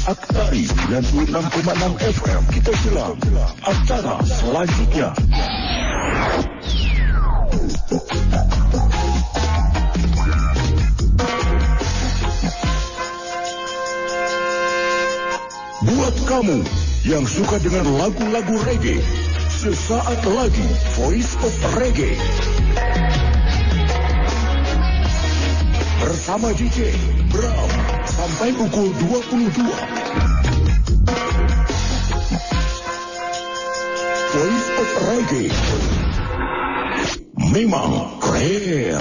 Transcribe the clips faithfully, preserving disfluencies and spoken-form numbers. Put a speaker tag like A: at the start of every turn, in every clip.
A: Aktari sembilan puluh enam koma enam F M kita silam acara selanjutnya. Buat kamu yang suka dengan lagu-lagu reggae, sesaat lagi Voice of Reggae bersama D J Bram sampai pukul dua puluh dua. Voice of Reggae memang keren.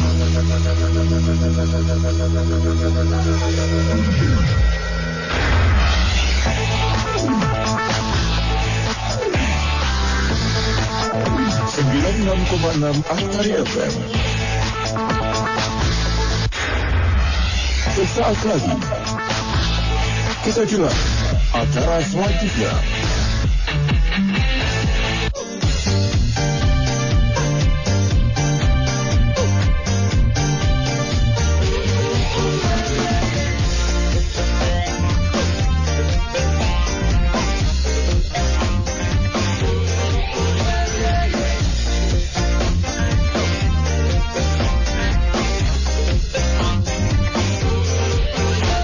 A: sembilan puluh enam koma enam Aktari F M. Sesaat lagi kita jelas acara selanjutnya.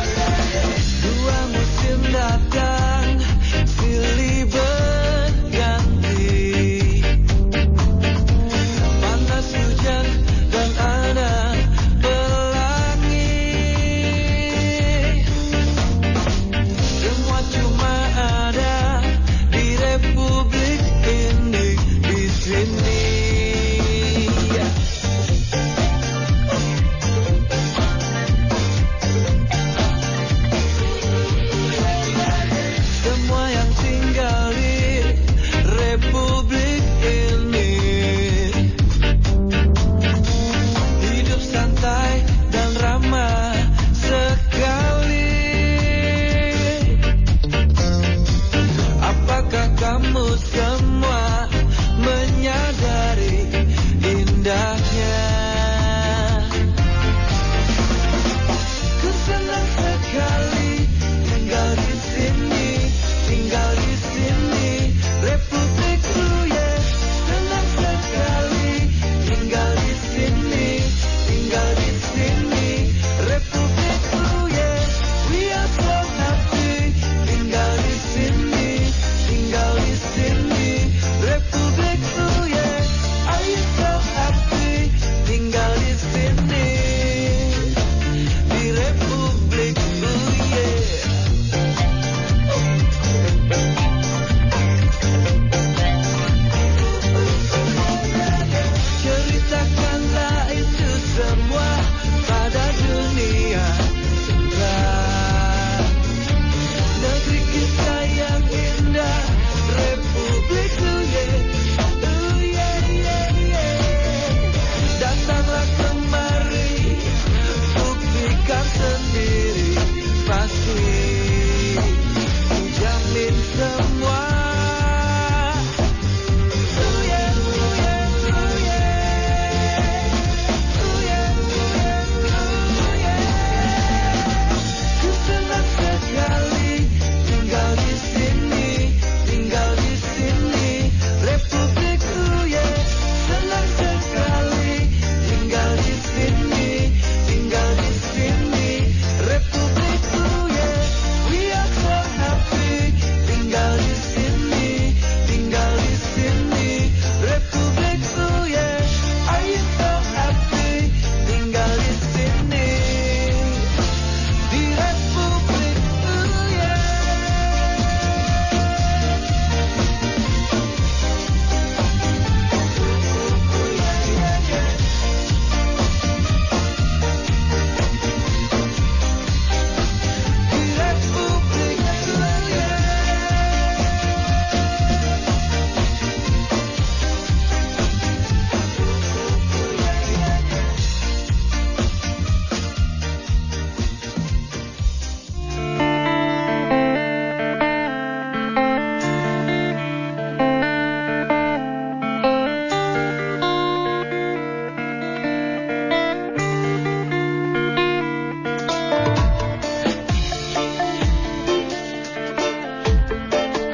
B: Dua musim datang, silih berganti.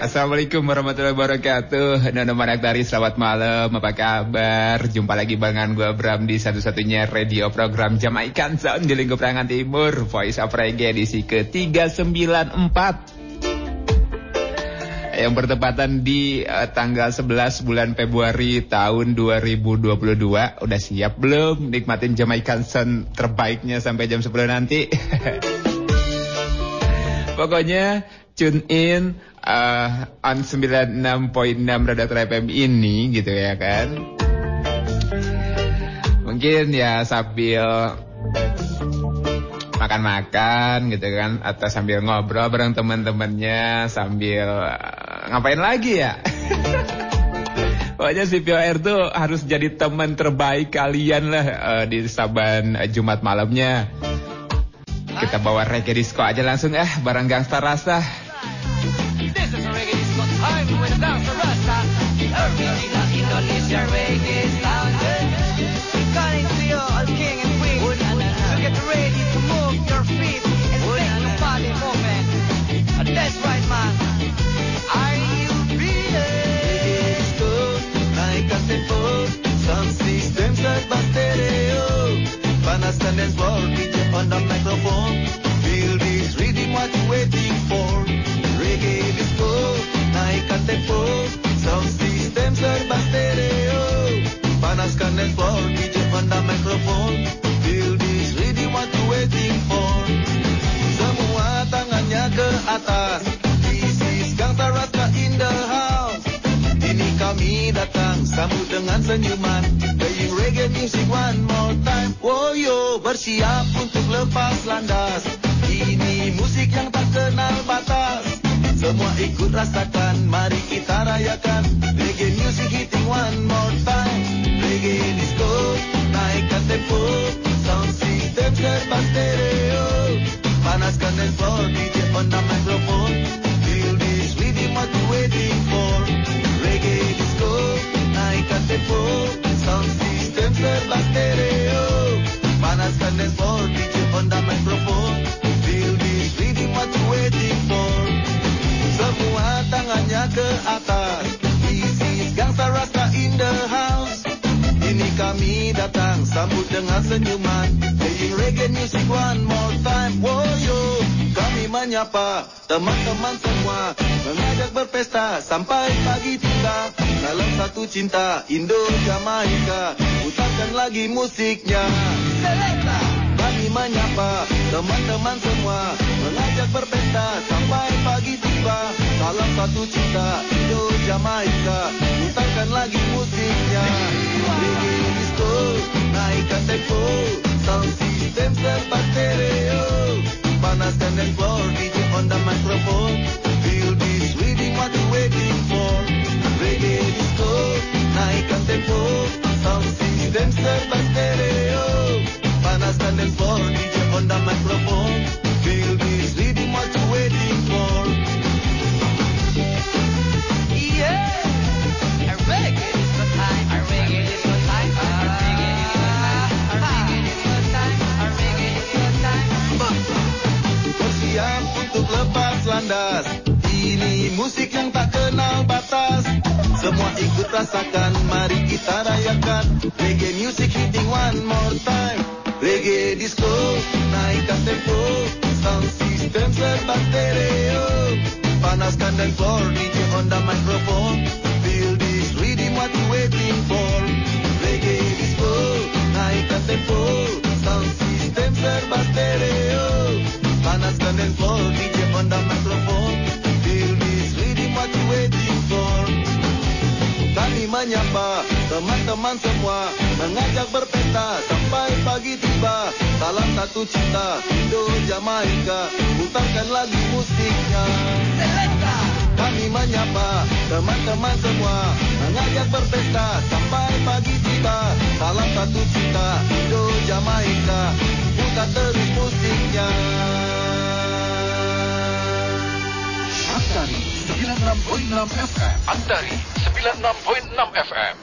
B: Assalamualaikum warahmatullahi wabarakatuh. Nono Manaktari, selamat malam. Apa kabar? Jumpa lagi barengan gue Bram di satu-satunya radio program Jamaican Sound di lingkup Rangan Timur, Voice of Reggae edisi ke tiga sembilan empat. Yang bertepatan di uh, tanggal sebelas bulan Februari tahun dua ribu dua puluh dua. Udah siap belum nikmatin Jamaican Sound terbaiknya sampai jam sepuluh nanti? Pokoknya tune in uh, on sembilan puluh enam koma enam Predator F M ini gitu ya kan. Mungkin ya sambil makan-makan gitu kan, atau sambil ngobrol bareng teman-temannya, sambil uh, ngapain lagi ya. Pokoknya C P O R tuh harus jadi teman terbaik kalian lah uh, di saban uh, Jumat malamnya. Kita bawa reggae disco aja langsung eh bareng Gangsta Rasta.
C: This is reggae disco time with Gangsta Rasta, the original Indonesia reggae sound. Calling to you all king and queen, so get ready to move your feet and make your body moving. That's right man. Are you ready? Disco, naikkan tempo, sound system serba stereo. Panaskan dance floor, D J on the microphone. Feel this rhythm, what you waiting for? Reggae disco, naikkan tempo, sound system serba stereo. Panaskan dance floor, D J on the microphone. Feel this rhythm, what you waiting for? Semua tangannya ke atas. This is Gangsta Rasta in the house. Ini kami datang, sambut dengan senyuman. Playing reggae music one more time. Woyo, bersiap untuk lepas landas. Ini musik yang tak kenal batas. Semua ikut rasakan, mari kita rayakan. Reggae music hitting one more time. Reggae disco, naikkan tempo. Sound system serba stereo. Panaskan dance floor, D J on the microphone. Feel this rhythm, what you waiting for? Reggae disco, naikkan tempo. Sound system serba stereo. Panaskan dance floor, D J on the microphone. Feel this rhythm, what you waiting for? Semua tangannya ke atas. This is Gangsta Rasta in the house. Ini kami datang, sambut dengan senyuman. Playing reggae music one more time. Woyo, kami menyapa teman-teman semua, mengajak berpesta sampai pagi tiba. Dalam satu cinta Indo Jamaika, putarkan lagi musiknya. Selekta. Kami menyapa teman-teman semua, mengajak berpesta sampai pagi tiba. Dalam satu cinta Indo Jamaika, putarkan lagi musiknya. Reggae disco, naikkan tempo, sound system serba stereo. Panaskan dance floor, D J on the microphone. Feel this rhythm, what you waiting for? Reggae disco, naikkan tempo, sound system serba stereo. Panaskan dance floor, D J on the microphone. Feel this rhythm, what you waiting for? Yeah, a reggae disco time, a reggae disco time, a reggae disco time, a reggae disco time, a reggae disco time. Bersiap untuk lepas landas. Ini musik yang tak kenal batas. Semua ikut rasakan, mari kita rayakan. Reggae music hitting one more time. Reggae disco, naikkan tempo. Sound system serba stereo. Panaskan dance floor, D J on the microphone. Feel this rhythm, what you waiting for? Reggae disco, naikkan tempo. Sound system serba stereo. Panaskan dance floor, D J on the microphone. Feel this rhythm, what you waiting for? Kami menyapa teman-teman semua, mengajak berpesta sampai pagi tiba. Salam satu cinta Indo Jamaika, putarkan lagi musiknya. Selekta. Kami menyapa teman-teman semua, mengajak berpesta sampai pagi tiba. Salam satu cinta Indo Jamaika, putar terus musiknya.
A: Antari sembilan puluh enam koma enam F M. Antari sembilan puluh enam koma enam F M.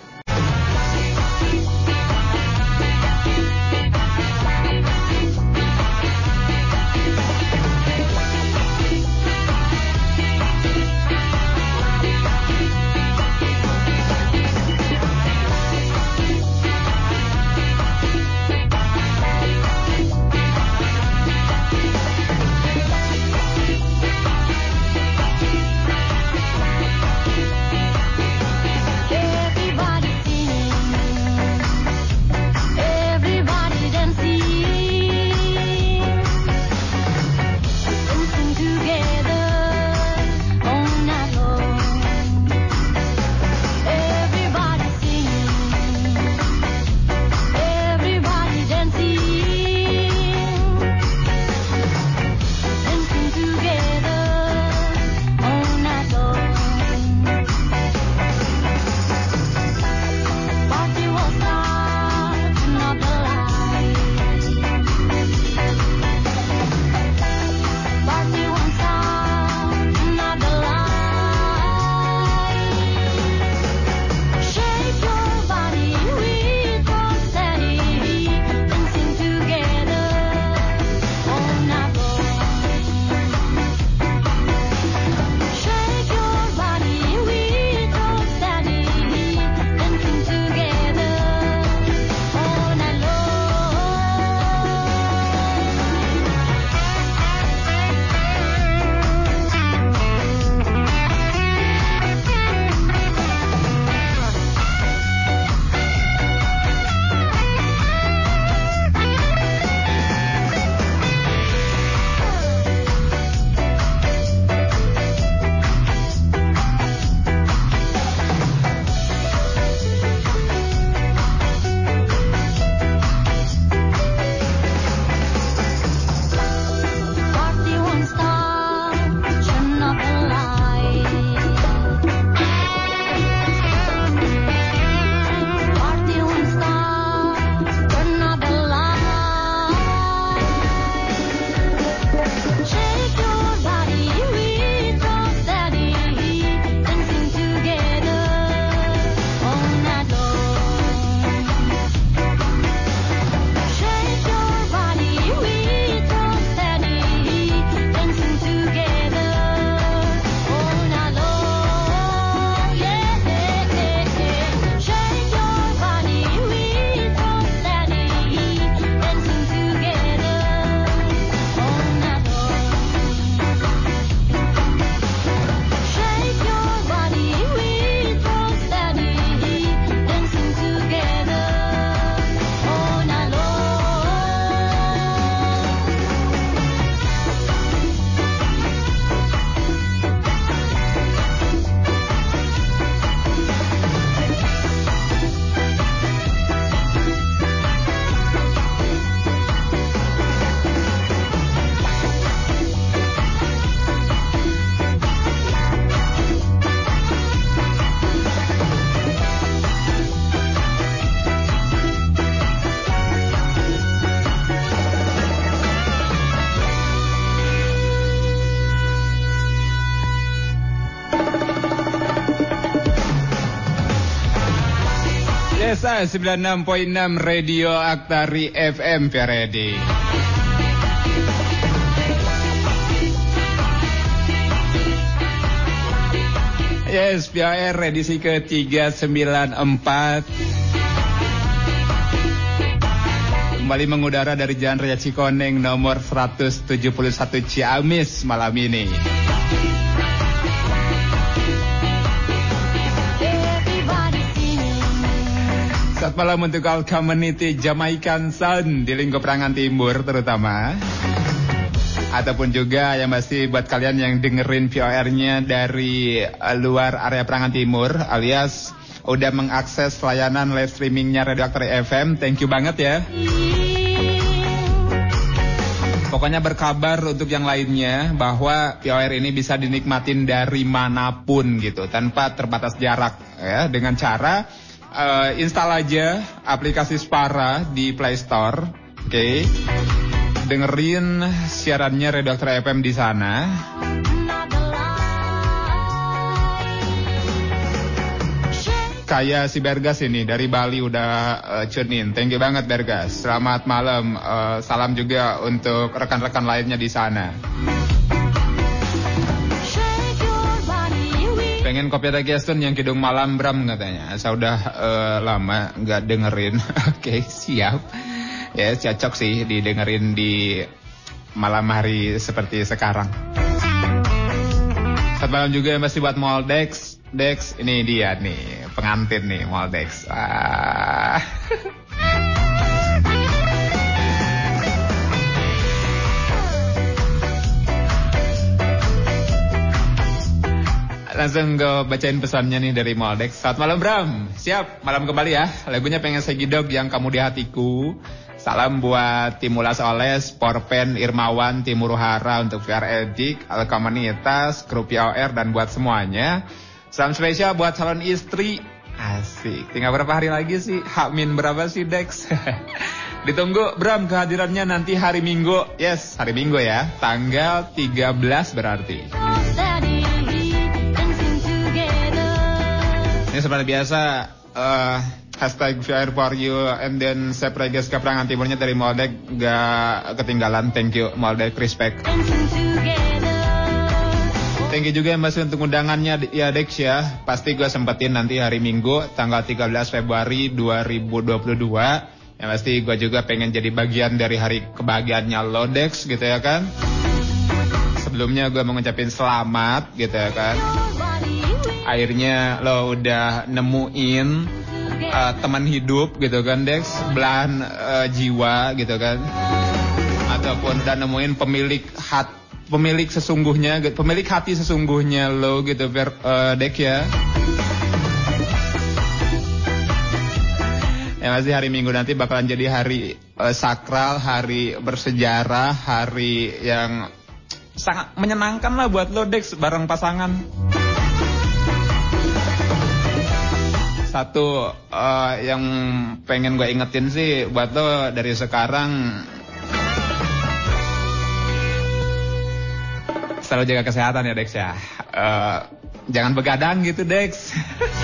B: Sesa sembilan puluh enam koma enam Radio Aktari F M, P R D. Yes, P R edisi ke tiga sembilan empat. Kembali mengudara dari Jalan Raya Cikoneng nomor seratus tujuh puluh satu Ciamis malam ini. Selamat malam untuk all community Jamaican Sound di lingkup Rangan Timur terutama. Ataupun juga yang masih buat kalian yang dengerin P O R-nya dari uh, luar area Rangan Timur alias udah mengakses layanan live streamingnya Radio Aktari F M. Thank you banget ya. Pokoknya berkabar untuk yang lainnya bahwa P O R ini bisa dinikmatin dari manapun gitu tanpa terbatas jarak ya, dengan cara uh, install aja aplikasi Spara di Play Store. Oke. Okay. Dengerin siarannya Radio Aktari F M di sana. Kayak si Bergas ini dari Bali udah uh, tune in. Thank you banget Bergas. Selamat malam. Uh, salam juga untuk rekan-rekan lainnya di sana. Pengen kopi Regiaston yang Kidung Malam Bram katanya. Saya udah uh, lama nggak dengerin. Oke, okay, siap. Ya, cocok sih didengerin di malam hari seperti sekarang. Selamat malam juga masih buat Moldex. Dex, ini dia nih, pengantin nih, Moldex. Ah. Langsung gue bacain pesannya nih dari Moldex. Selamat malam Bram, siap, malam kembali ya. Lagunya Pengen Segidog Yang Kamu di Hatiku. Salam buat Timulas Oles, Porpen, Irmawan, Timur Hara untuk V R Edik, Alkamanitas, Kru P O R dan buat semuanya. Salam spesial buat calon istri. Asik. Tinggal berapa hari lagi sih? Hakmin berapa sih Dex? Ditunggu Bram kehadirannya nanti hari Minggu. Yes, hari Minggu ya. Tanggal tiga belas berarti. Ini seperti biasa uh, hashtag V R for you and then Sepreges Kaprangan Timurnya dari Moldek gak ketinggalan. Thank you Moldek, respect. Thank you juga masih untuk undangannya ya Dex ya. Pasti gue sempetin nanti hari Minggu tanggal tiga belas Februari dua ribu dua puluh dua. Yang pasti gue juga pengen jadi bagian dari hari kebahagiaannya lo Dex gitu ya kan. Sebelumnya gue mau ngucapin selamat gitu ya kan. Akhirnya lo udah nemuin uh, teman hidup gitu kan Dex, belahan uh, jiwa gitu kan. Ataupun udah nemuin pemilik hati, pemilik sesungguhnya, pemilik hati sesungguhnya lo gitu, uh, Dek ya. Ya masih hari Minggu nanti bakalan jadi hari uh, sakral, hari bersejarah, hari yang sangat menyenangkan lah buat lo Dex bareng pasangan. Satu uh, yang pengen gue ingetin sih buat lo dari sekarang, selalu jaga kesehatan ya Dex ya. Uh, jangan begadang gitu Dex.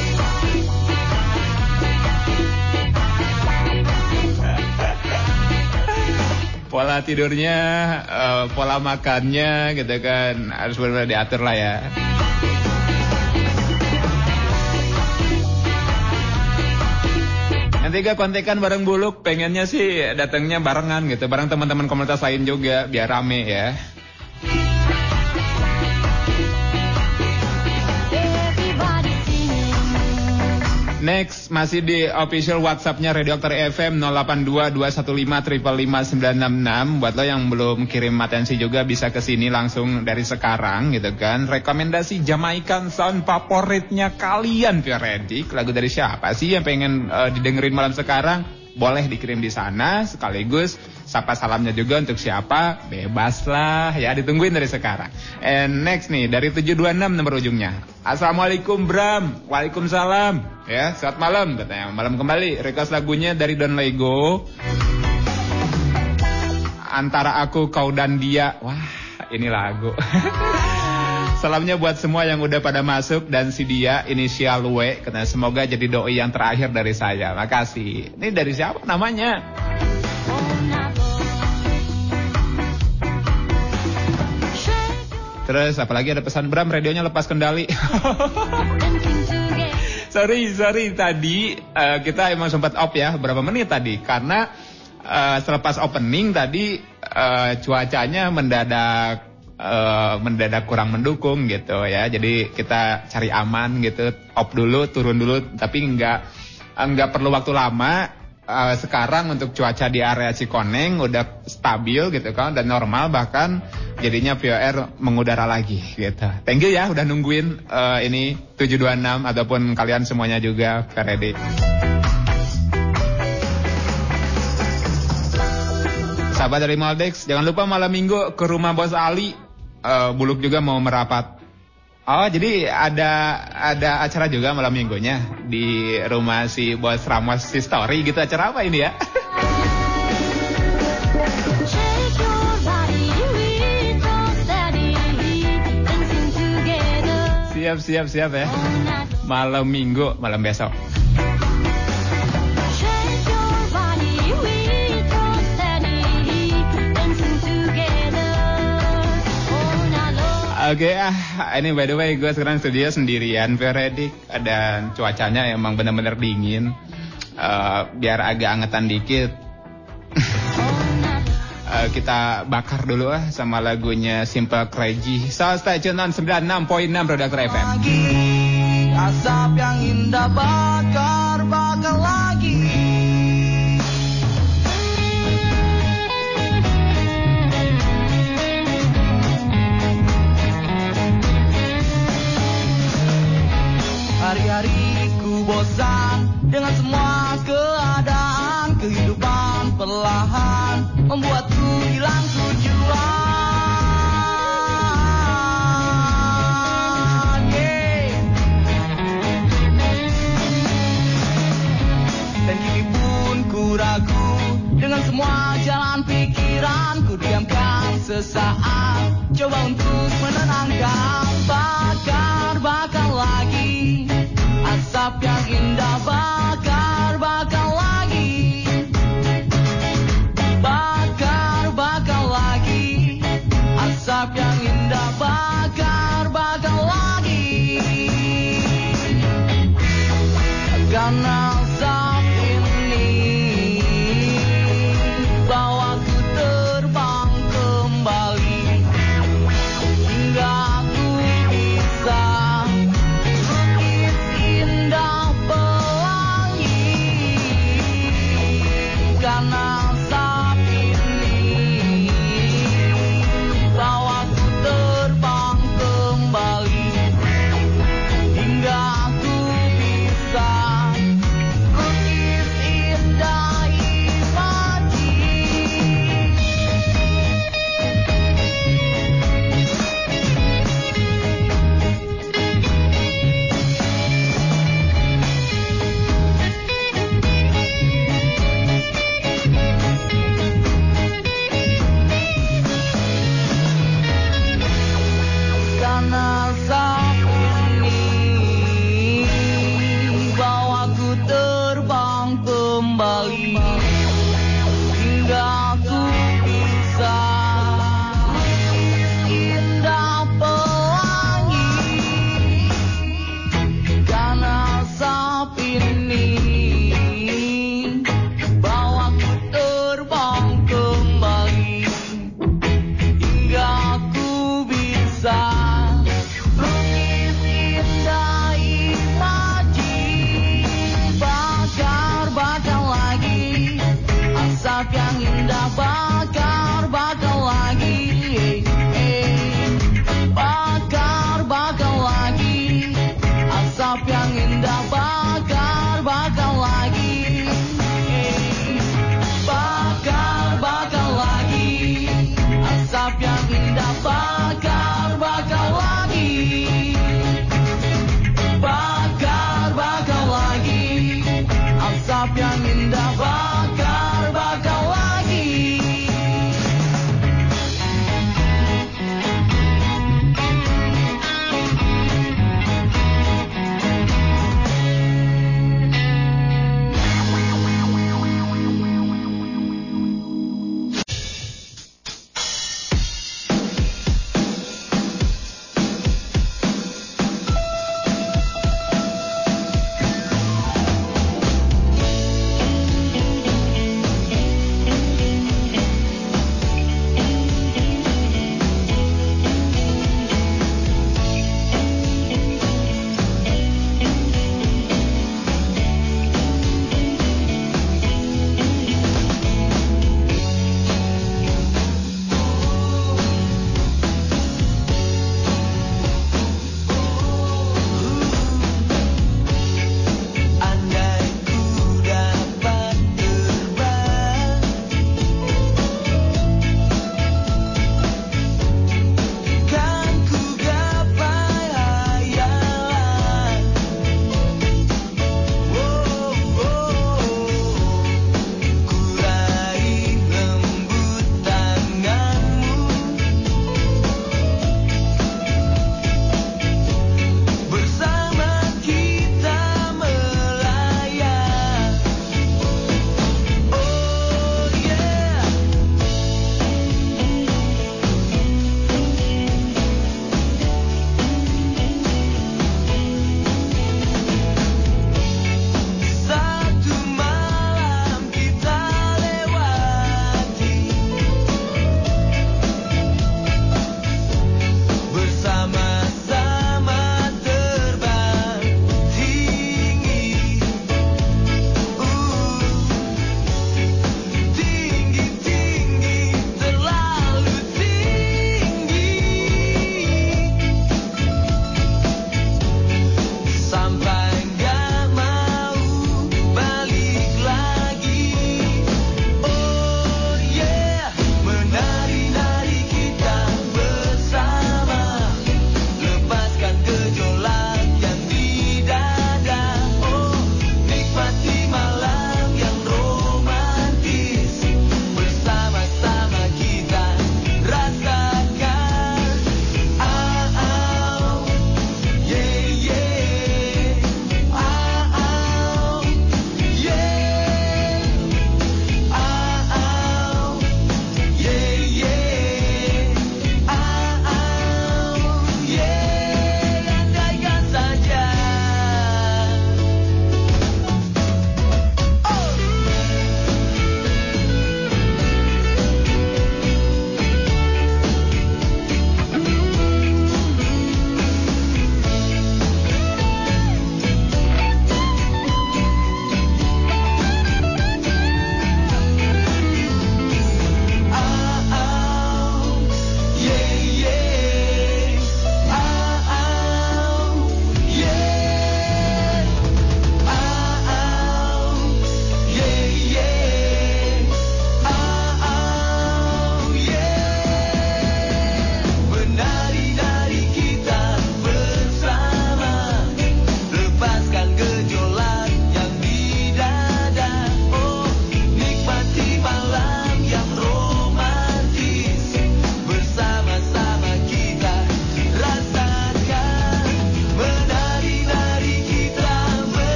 B: Pola tidurnya, uh, pola makannya gitu kan harus benar-benar diatur lah ya. Nanti gak kontekan bareng Buluk, pengennya sih datangnya barengan gitu, bareng teman-teman komunitas lain juga biar rame ya. Next, masih di official WhatsApp-nya Radio Aktari F M nol delapan dua dua satu lima lima lima sembilan enam enam. Buat lo yang belum kirim atensi juga bisa ke sini langsung dari sekarang gitu kan. Rekomendasi Jamaican Sound favoritnya kalian P R Edik. Lagu dari siapa sih yang pengen uh, didengerin malam sekarang? Boleh dikirim di sana, sekaligus sapa salamnya juga untuk siapa, bebas lah ya, ditungguin dari sekarang. And next nih dari tujuh dua enam nomor ujungnya. Assalamualaikum Bram. Waalaikumsalam. Ya, selamat malam katanya. Malam kembali. Request lagunya dari Don Lego. Antara Aku Kau dan Dia. Wah, ini lagu. Salamnya buat semua yang udah pada masuk dan si dia inisial W, karena semoga jadi doi yang terakhir dari saya. Makasih. Ini dari siapa namanya? Terus apalagi ada pesan Bram, radionya lepas kendali. sorry, sorry tadi uh, kita emang sempat off ya berapa menit tadi karena uh, selepas opening tadi uh, cuacanya mendadak Uh, mendadak kurang mendukung gitu ya. Jadi kita cari aman gitu, off dulu, turun dulu, tapi nggak nggak perlu waktu lama. Uh, sekarang untuk cuaca di area Cikoneng udah stabil gitu kan, dan normal, bahkan jadinya V O R mengudara lagi gitu. Thank you ya udah nungguin uh, ini tujuh dua enam ataupun kalian semuanya juga ready. Sahabat dari Maldex, jangan lupa malam minggu ke rumah Bos Ali. Uh, Buluk juga mau merapat. Oh, jadi ada ada acara juga malam minggunya di rumah si Bos Ramos si Story gitu. Acara apa ini ya? Siap, siap, siap ya. Malam minggu, malam besok. Oke okay, ah, ini by the way gue sekarang studio sendirian, Veredik, dan cuacanya emang benar-benar dingin. Uh, biar agak angetan dikit, uh, kita bakar dulu ah sama lagunya Simple Crazy. So stay tune on sembilan puluh enam koma enam Redaktor F M.
C: Lagi, asap yang indah bakar, bakar lagi. Hari-hariku bosan dengan semua keadaan, kehidupan perlahan membuatku hilang tujuan. Yeah. Dan kini pun ku ragu dengan semua jalan pikiran, ku diamkan sesaat, coba untuk menenangkan. Bakar, bakar lagi, asap yang indah bakar, bakar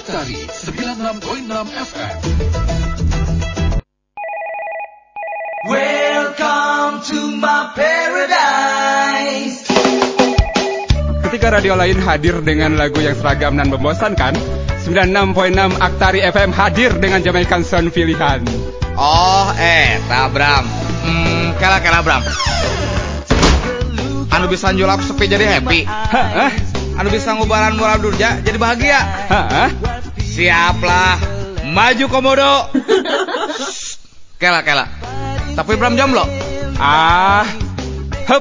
A: Aktari sembilan puluh enam koma enam F M.
C: Welcome to my paradise.
D: Ketika radio lain hadir dengan lagu yang seragam dan membosankan, sembilan puluh enam koma enam Aktari F M hadir dengan Jamaican Sound pilihan.
E: Oh, eh, Bram. Hmm, kela-kela Bram. Anu bisa njulap sepi jadi happy.
D: Hah?
E: Anu bisa ngubaran moral durja jadi bahagia.
D: Hah?
E: Siaplah, maju komodo. Kela-kela. Tapi Bram jomblo.
D: Ah, hup.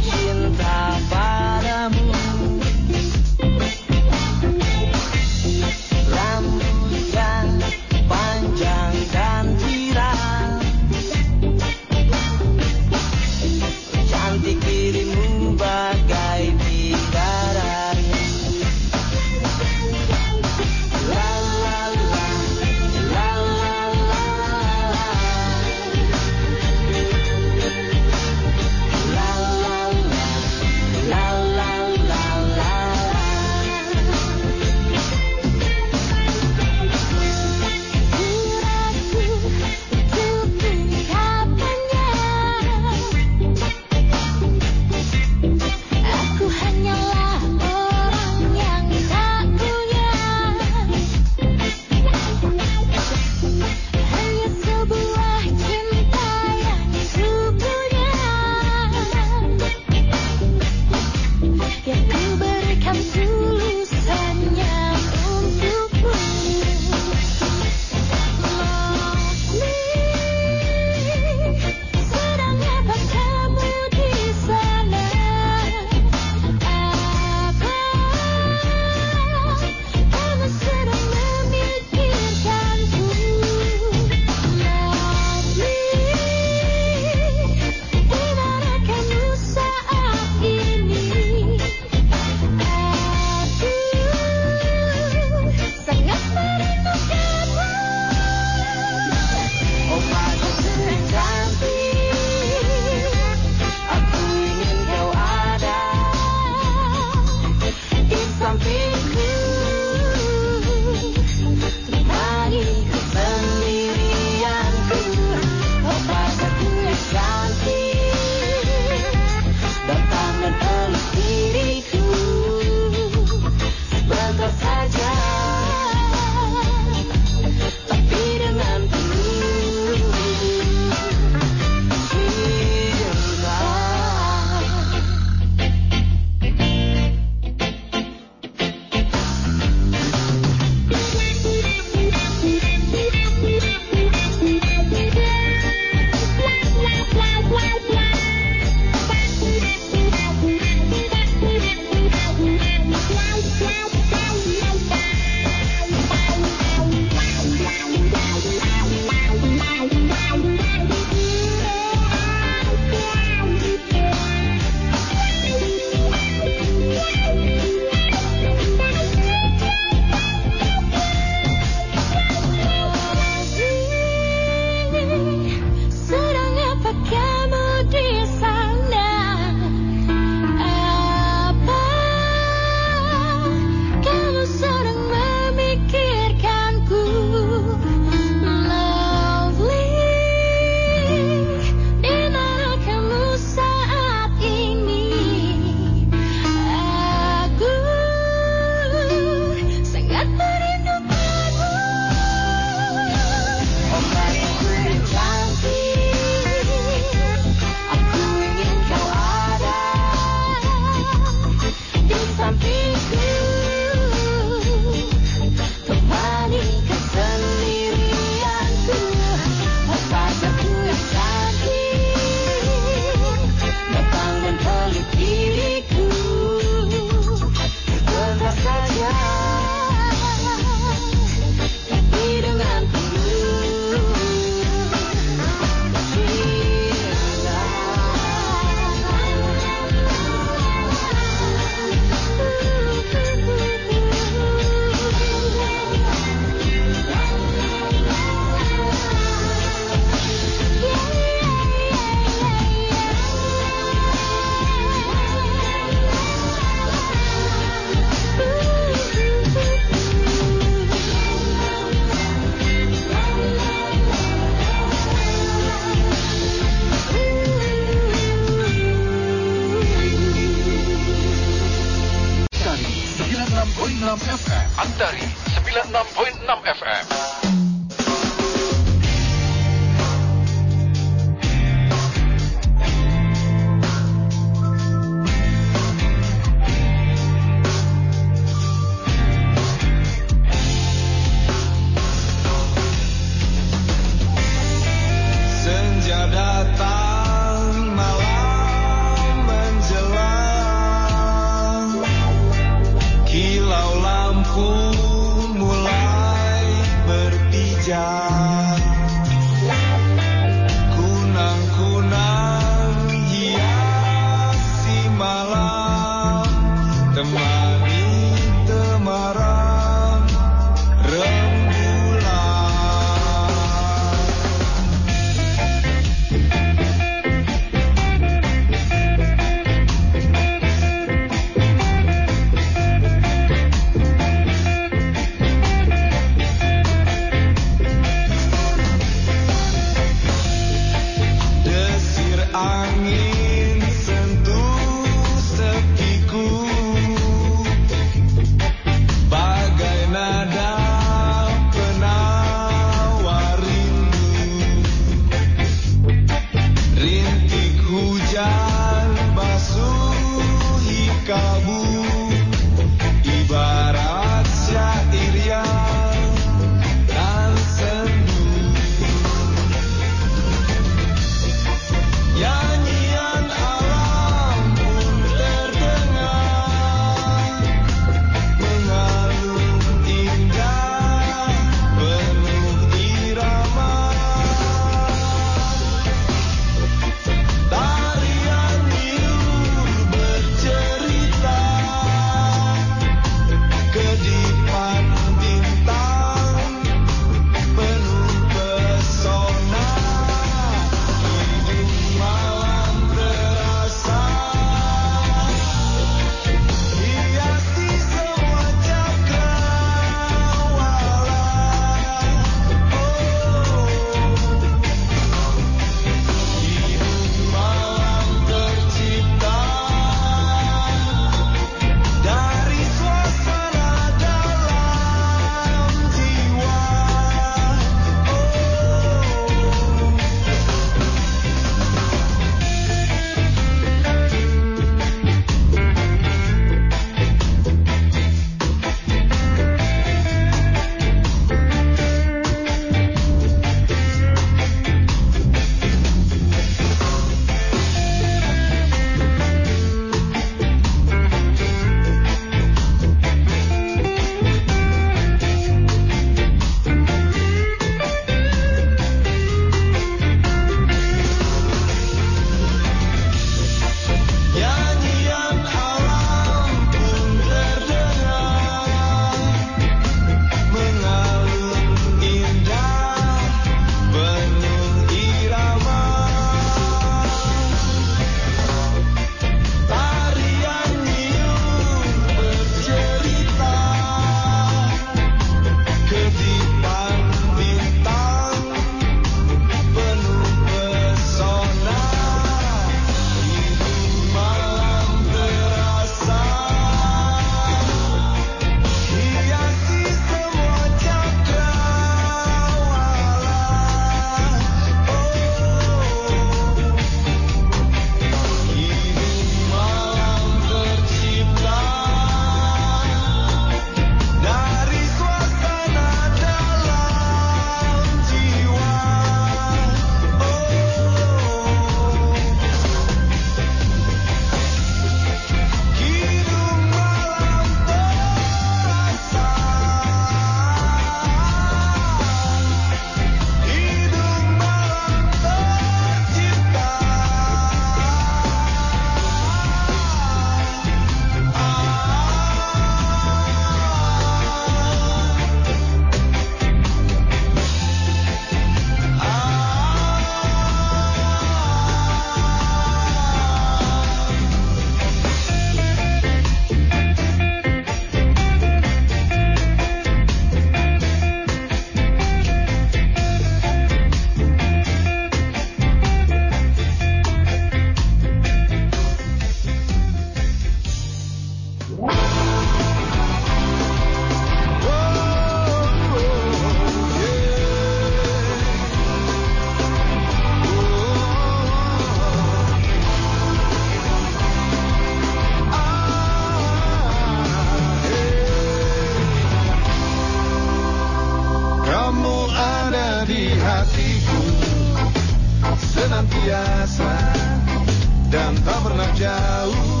F: senantiasa dan tak pernah jauh.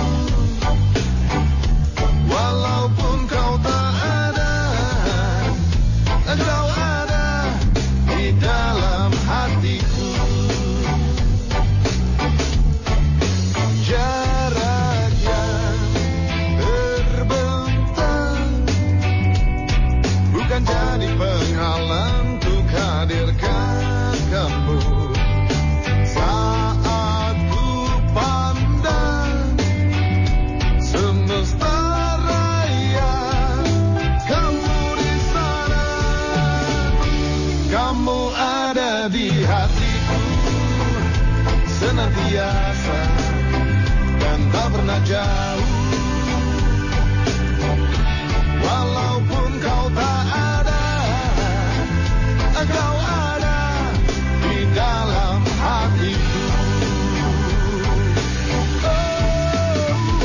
F: Walaupun kau tak ada, engkau ada di dalam hatiku. Jaraknya terbentang, bukan jadi penghalang untuk hadirkan kamu. Saat ku pandang semesta raya, kamu di sana, kamu ada di hatiku senantiasa dan tak pernah jauh. Walaupun kau tak ada, engkau ada di dalam hatiku. Oh, oh,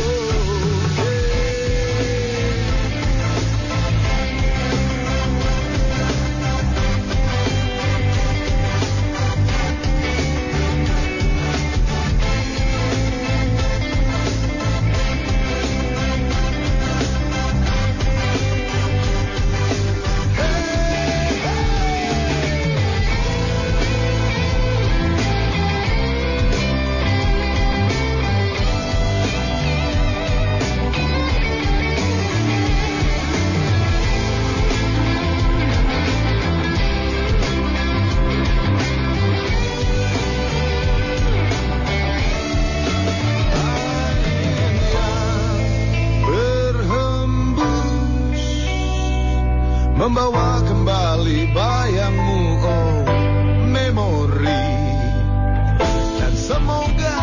F: berhembus membawa kembali bayangmu, oh memori. Dan semoga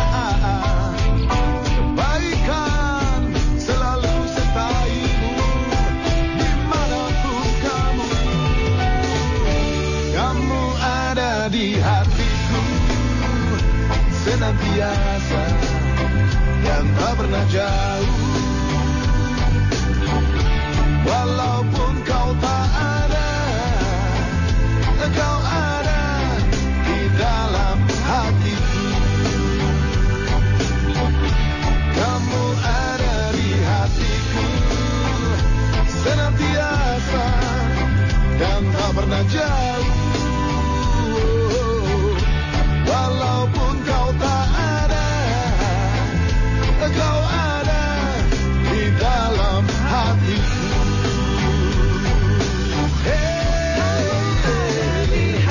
F: kebaikan selalu sertaimu dimanapun kamu. Kamu ada di hatiku senantiasa dan tak pernah jauh. Walaupun kau tak ada, engkau ada di dalam hatiku. Kamu ada di hatiku senantiasa dan tak pernah jauh. Walaupun kau tak ada, engkau ada di dalam hatiku. Hey, hey, hey.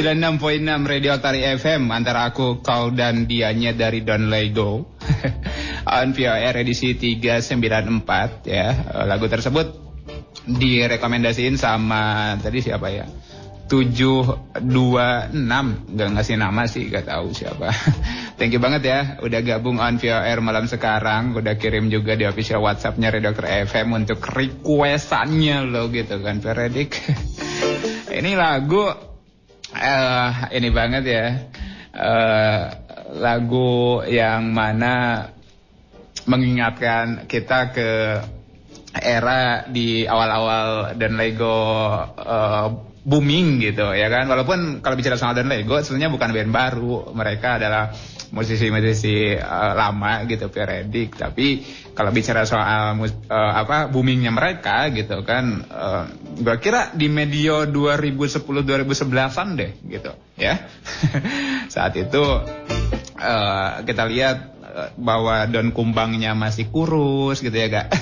B: sembilan puluh enam koma enam Radio Aktari F M. Antara aku, kau, dan dianya dari Don't Let Go. On V O R edisi tiga sembilan empat ya. Lagu tersebut direkomendasiin sama tadi siapa ya? tujuh dua enam, gak ngasih nama sih, gak tahu siapa. Thank you banget ya udah gabung on V O R malam sekarang, udah kirim juga di official WhatsApp-nya Radio F M untuk request-annya lo gitu kan, Feredik. Ini lagu uh, ini banget ya. Uh, lagu yang mana mengingatkan kita ke era di awal-awal dan Lego uh, booming gitu ya kan. Walaupun kalau bicara soal dan Lego sebenarnya bukan band baru, mereka adalah musisi-musisi uh, lama gitu, Feredik. Tapi kalau bicara soal mus- uh, apa boomingnya mereka gitu kan, uh, gue kira di medio dua ribu sepuluh dua ribu sebelasan deh gitu ya. Saat itu uh, kita lihat uh, bahwa daun kumbangnya masih kurus gitu ya, Kak.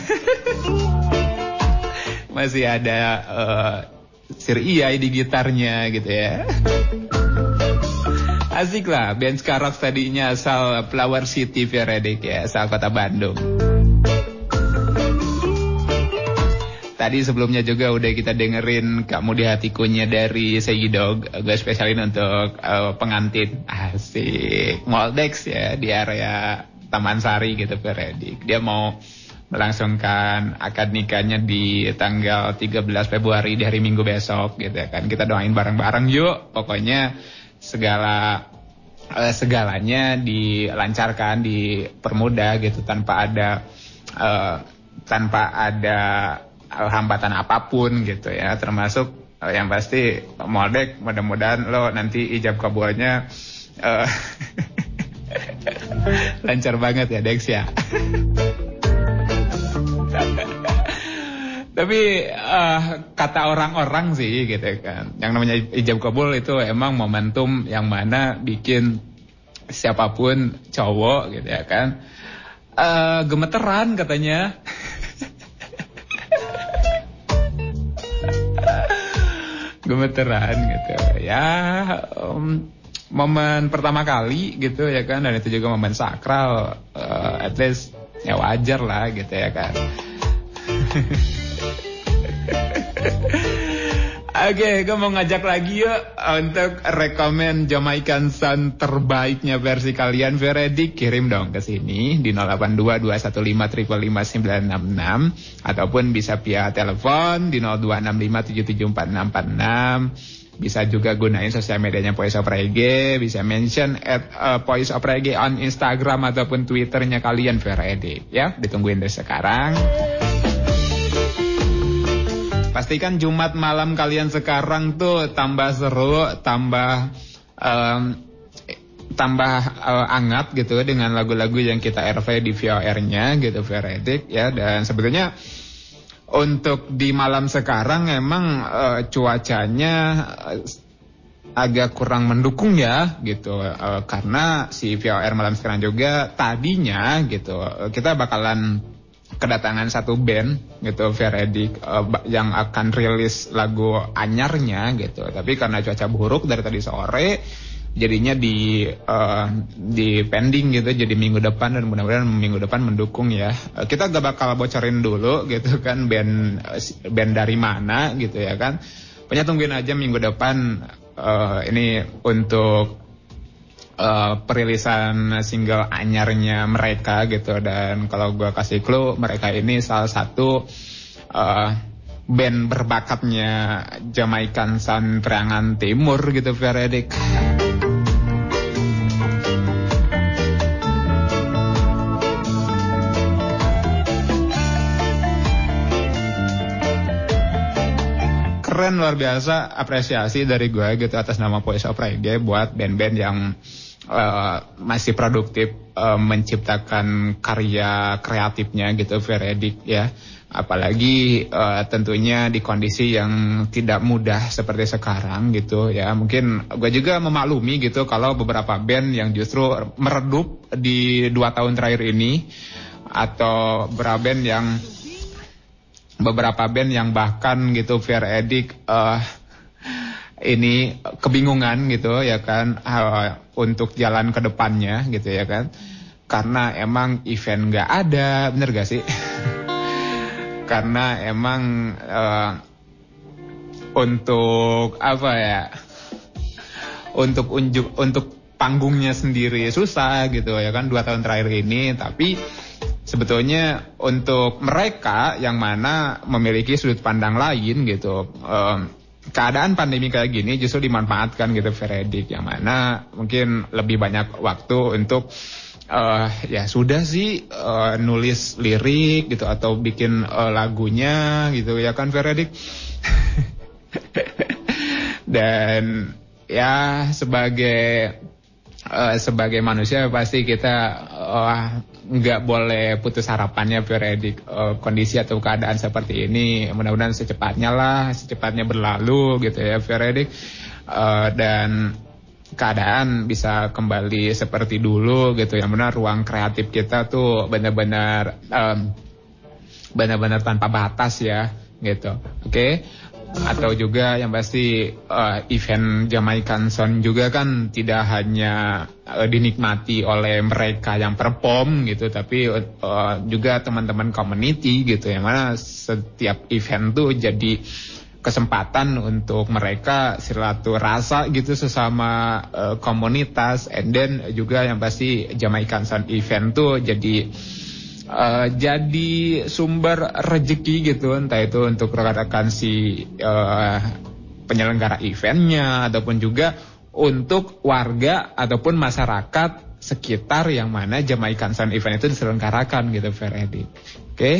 B: Masih ada uh, Sir Iyai di gitarnya gitu ya. Asik lah, band Skarox tadinya asal Flower City, Feredik ya, asal kota Bandung. Tadi sebelumnya juga udah kita dengerin Kamu di Hatikunya dari Segidog. Gue spesialin untuk uh, pengantin. Asik, Moldex ya, di area Taman Sari gitu, Feredik. Dia mau melangsungkan akad nikahnya di tanggal tiga belas Februari di hari Minggu besok gitu ya kan. Kita doain bareng-bareng yuk. Pokoknya segala uh, segalanya dilancarkan, dipermudah gitu, tanpa ada uh, tanpa ada uh, hambatan apapun gitu ya. Termasuk uh, yang pasti Moldek, mudah-mudahan lo nanti ijab kabulnya uh, lancar banget ya, Dex ya. Tapi uh, kata orang-orang sih gitu kan, yang namanya ijab kabul itu emang momentum yang mana bikin siapapun cowok gitu ya kan uh, gemeteran katanya. Gemeteran gitu ya, um, momen pertama kali gitu ya kan, dan itu juga momen sakral, uh, at least ya wajar lah gitu ya kan. Oke, okay, gue mau ngajak lagi yuk untuk rekomen Jamaican Sound terbaiknya versi kalian, Feredik. Kirim dong ke sini di nol delapan dua dua satu lima lima lima sembilan enam enam ataupun bisa via telepon di nol dua enam lima tujuh tujuh empat enam empat enam. Bisa juga gunain sosial medianya Voice of Reggae, bisa mention at uh, Voice of Reggae on Instagram ataupun Twitternya kalian, Feredik. Ya, ditungguin dari sekarang. Pastikan Jumat malam kalian sekarang tuh tambah seru, tambah um, tambah uh, hangat gitu dengan lagu-lagu yang kita R V di V O R-nya gitu, Feredik ya. Dan sebetulnya untuk di malam sekarang emang uh, cuacanya uh, agak kurang mendukung ya gitu, uh, karena si V O R malam sekarang juga tadinya gitu uh, kita bakalan kedatangan satu band gitu, Feredik, uh, yang akan rilis lagu anyarnya gitu. Tapi karena cuaca buruk dari tadi sore, jadinya di uh, di pending gitu, jadi minggu depan, dan mudah-mudahan minggu depan mendukung ya. Uh, kita gak bakal bocorin dulu gitu kan band uh, band dari mana gitu ya kan. Pokoknya tungguin aja minggu depan uh, ini untuk Uh, perilisan single anyarnya mereka gitu. Dan kalau gue kasih clue, mereka ini salah satu uh, band berbakatnya Jamaican Sound Priangan Timur gitu, Feredik. Keren, luar biasa, apresiasi dari gue gitu atas nama Voice of Reggae buat band-band yang Uh, masih produktif uh, menciptakan karya kreatifnya gitu, Feredik ya. Apalagi uh, tentunya di kondisi yang tidak mudah seperti sekarang gitu ya. Mungkin gue juga memaklumi gitu kalau beberapa band yang justru meredup di dua tahun terakhir ini, atau beberapa band yang beberapa band yang bahkan gitu, Feredik uh, ini kebingungan gitu ya kan uh, untuk jalan ke depannya gitu ya kan. Karena emang event nggak ada, bener gak sih? Karena emang uh, untuk apa ya? Untuk unjuk untuk panggungnya sendiri susah gitu ya kan dua tahun terakhir ini. Tapi sebetulnya untuk mereka yang mana memiliki sudut pandang lain gitu, um, keadaan pandemi kayak gini justru dimanfaatkan gitu Veredik, yang mana mungkin lebih banyak waktu untuk Uh, ya sudah sih uh, nulis lirik gitu atau bikin uh, lagunya gitu ya kan Veredik. Dan ya sebagai uh, sebagai manusia pasti kita nggak uh, boleh putus harapannya Veredik. Uh, kondisi atau keadaan seperti ini mudah-mudahan secepatnya lah secepatnya berlalu gitu ya Veredik. Uh, dan keadaan bisa kembali seperti dulu gitu, yang benar ruang kreatif kita tuh benar-benar um, benar-benar tanpa batas ya gitu, oke okay? Atau juga yang pasti uh, event Jamaican Sound juga kan tidak hanya uh, dinikmati oleh mereka yang perform gitu, tapi uh, juga teman-teman community gitu, yang mana setiap event tuh jadi kesempatan untuk mereka silaturasa gitu sesama uh, komunitas, and then juga yang pasti Jamaican Sound Event tuh jadi uh, jadi sumber rezeki gitu, entah itu untuk rekan-rekan si uh, penyelenggara eventnya ataupun juga untuk warga ataupun masyarakat sekitar yang mana Jamaican Sound Event itu diselenggarakan gitu Veredik. Oke. Okay.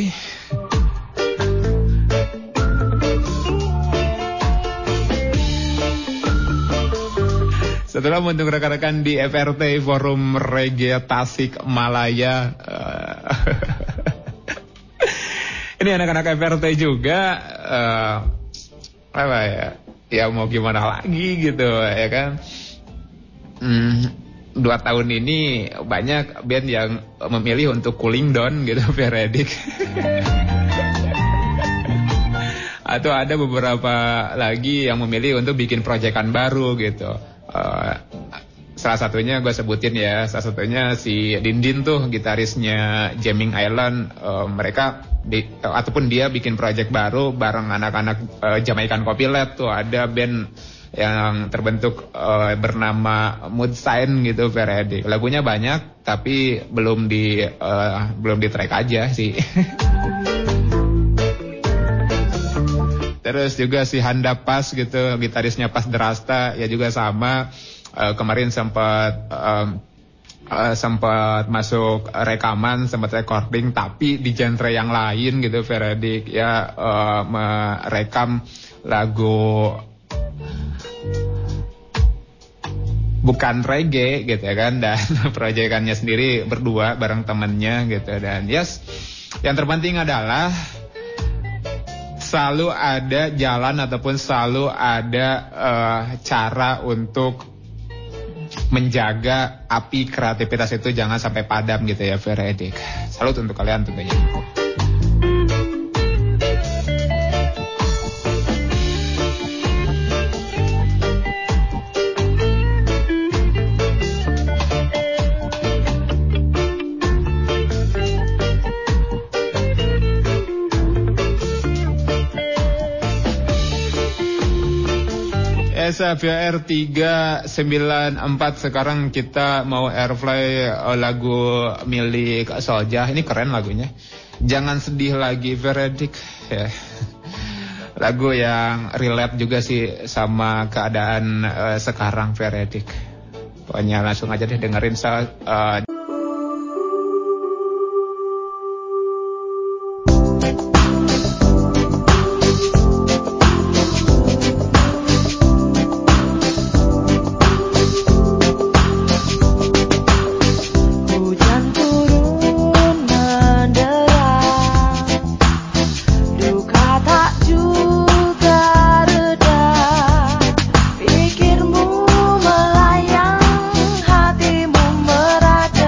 B: Setelah untuk rekan-rekan di F R T Forum Reggae Tasik Malaya, uh, ini anak-anak F R T juga, uh, apa ya, ya mau gimana lagi gitu ya kan. Hmm, dua tahun ini banyak band yang memilih untuk cooling down gitu Veredik. Atau ada beberapa lagi yang memilih untuk bikin proyekan baru gitu. Uh, salah satunya gue sebutin ya, salah satunya si Dindin tuh gitarisnya Jamming Island. Uh, mereka di, uh, ataupun dia bikin project baru bareng anak-anak uh, Jamaican Copylab tuh, ada band yang terbentuk uh, bernama Mood Sign gitu Veredik. Lagunya banyak tapi belum di uh, belum di track aja sih. Terus juga si Handa Pas gitu, gitarisnya Pas Derasta ya juga sama, uh, kemarin sempat um, uh, sempat masuk rekaman, sempat recording tapi di genre yang lain gitu Veredik ya, uh, merekam lagu bukan reggae gitu ya kan, dan proyekannya sendiri berdua bareng temennya gitu. Dan yes, yang terpenting adalah selalu ada jalan ataupun selalu ada uh, cara untuk menjaga api kreativitas itu jangan sampai padam gitu ya Veredik. Salut untuk kalian tentunya. S F R tiga sembilan empat, sekarang kita mau airplay lagu milik Soljah. Ini keren lagunya. Jangan sedih lagi Veredik ya. Lagu yang relate juga sih sama keadaan uh, sekarang Veredik. Pokoknya langsung aja deh dengerin uh,
G: Pikirmu melayang, hatimu merada.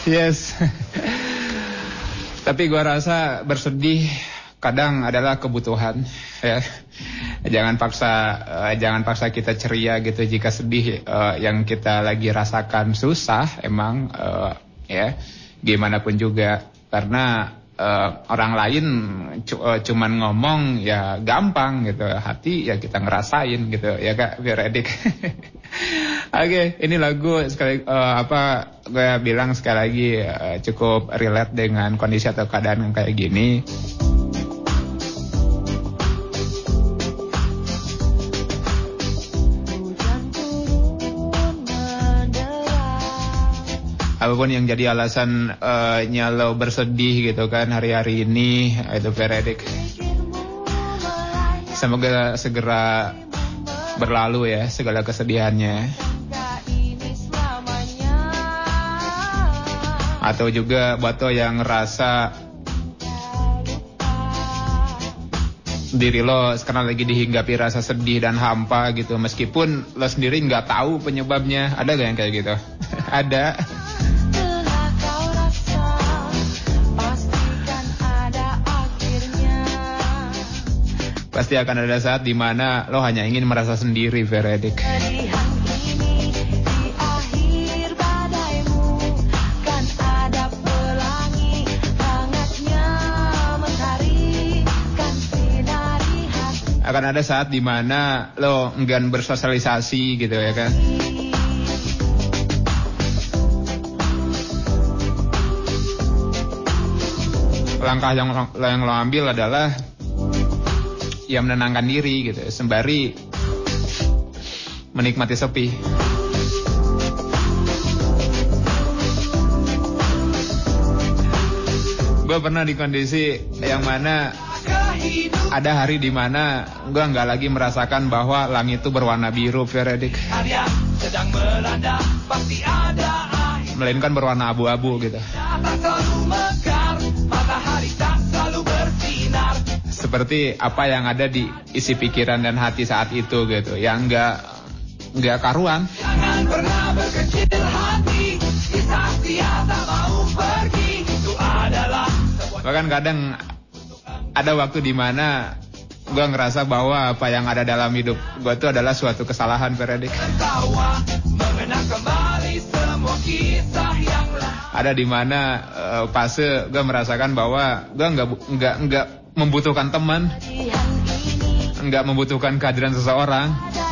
B: Yes. Tapi gua rasa bersedih kadang adalah kebutuhan, ya. Jangan paksa, uh, jangan paksa kita ceria gitu jika sedih. Uh, yang kita lagi rasakan susah, emang, uh, ya. Gimana pun juga, karena uh, orang lain cu- uh, cuman ngomong ya gampang gitu, hati ya kita ngerasain gitu, ya Kak Fioredik. Oke, okay, ini lagu sekali uh, apa gue bilang sekali lagi uh, cukup relate dengan kondisi atau keadaan yang kayak gini. Apapun yang jadi alasan uh, nyalo bersedih gitu kan hari-hari ini, itu Fioredik. Semoga segera berlalu ya segala kesedihannya. Atau juga buat lo yang ngerasa diri lo sekarang lagi dihinggapi rasa sedih dan hampa gitu, meskipun lo sendiri nggak tahu penyebabnya. Ada gak yang kayak gitu? Ada. Pasti akan ada saat dimana lo hanya ingin merasa sendiri, Fioredik. Akan ada saat dimana lo enggan bersosialisasi gitu ya kan. Langkah yang lo, yang lo ambil adalah ya menenangkan diri gitu, sembari menikmati sepi. Gue pernah di kondisi yang mana ada hari di mana gue nggak lagi merasakan bahwa langit itu berwarna biru, Fioredik. Melainkan berwarna abu-abu gitu. Seperti apa yang ada di isi pikiran dan hati saat itu gitu, yang nggak nggak karuan. Jangan pernah berkecil hati, kisah tak mau pergi, itu adalah. Bahkan kadang ada waktu di mana gue ngerasa bahwa apa yang ada dalam hidup gue itu adalah suatu kesalahan, Fioredik. Ada di mana uh, fase gue merasakan bahwa gue nggak nggak nggak membutuhkan teman, nggak membutuhkan kehadiran seseorang.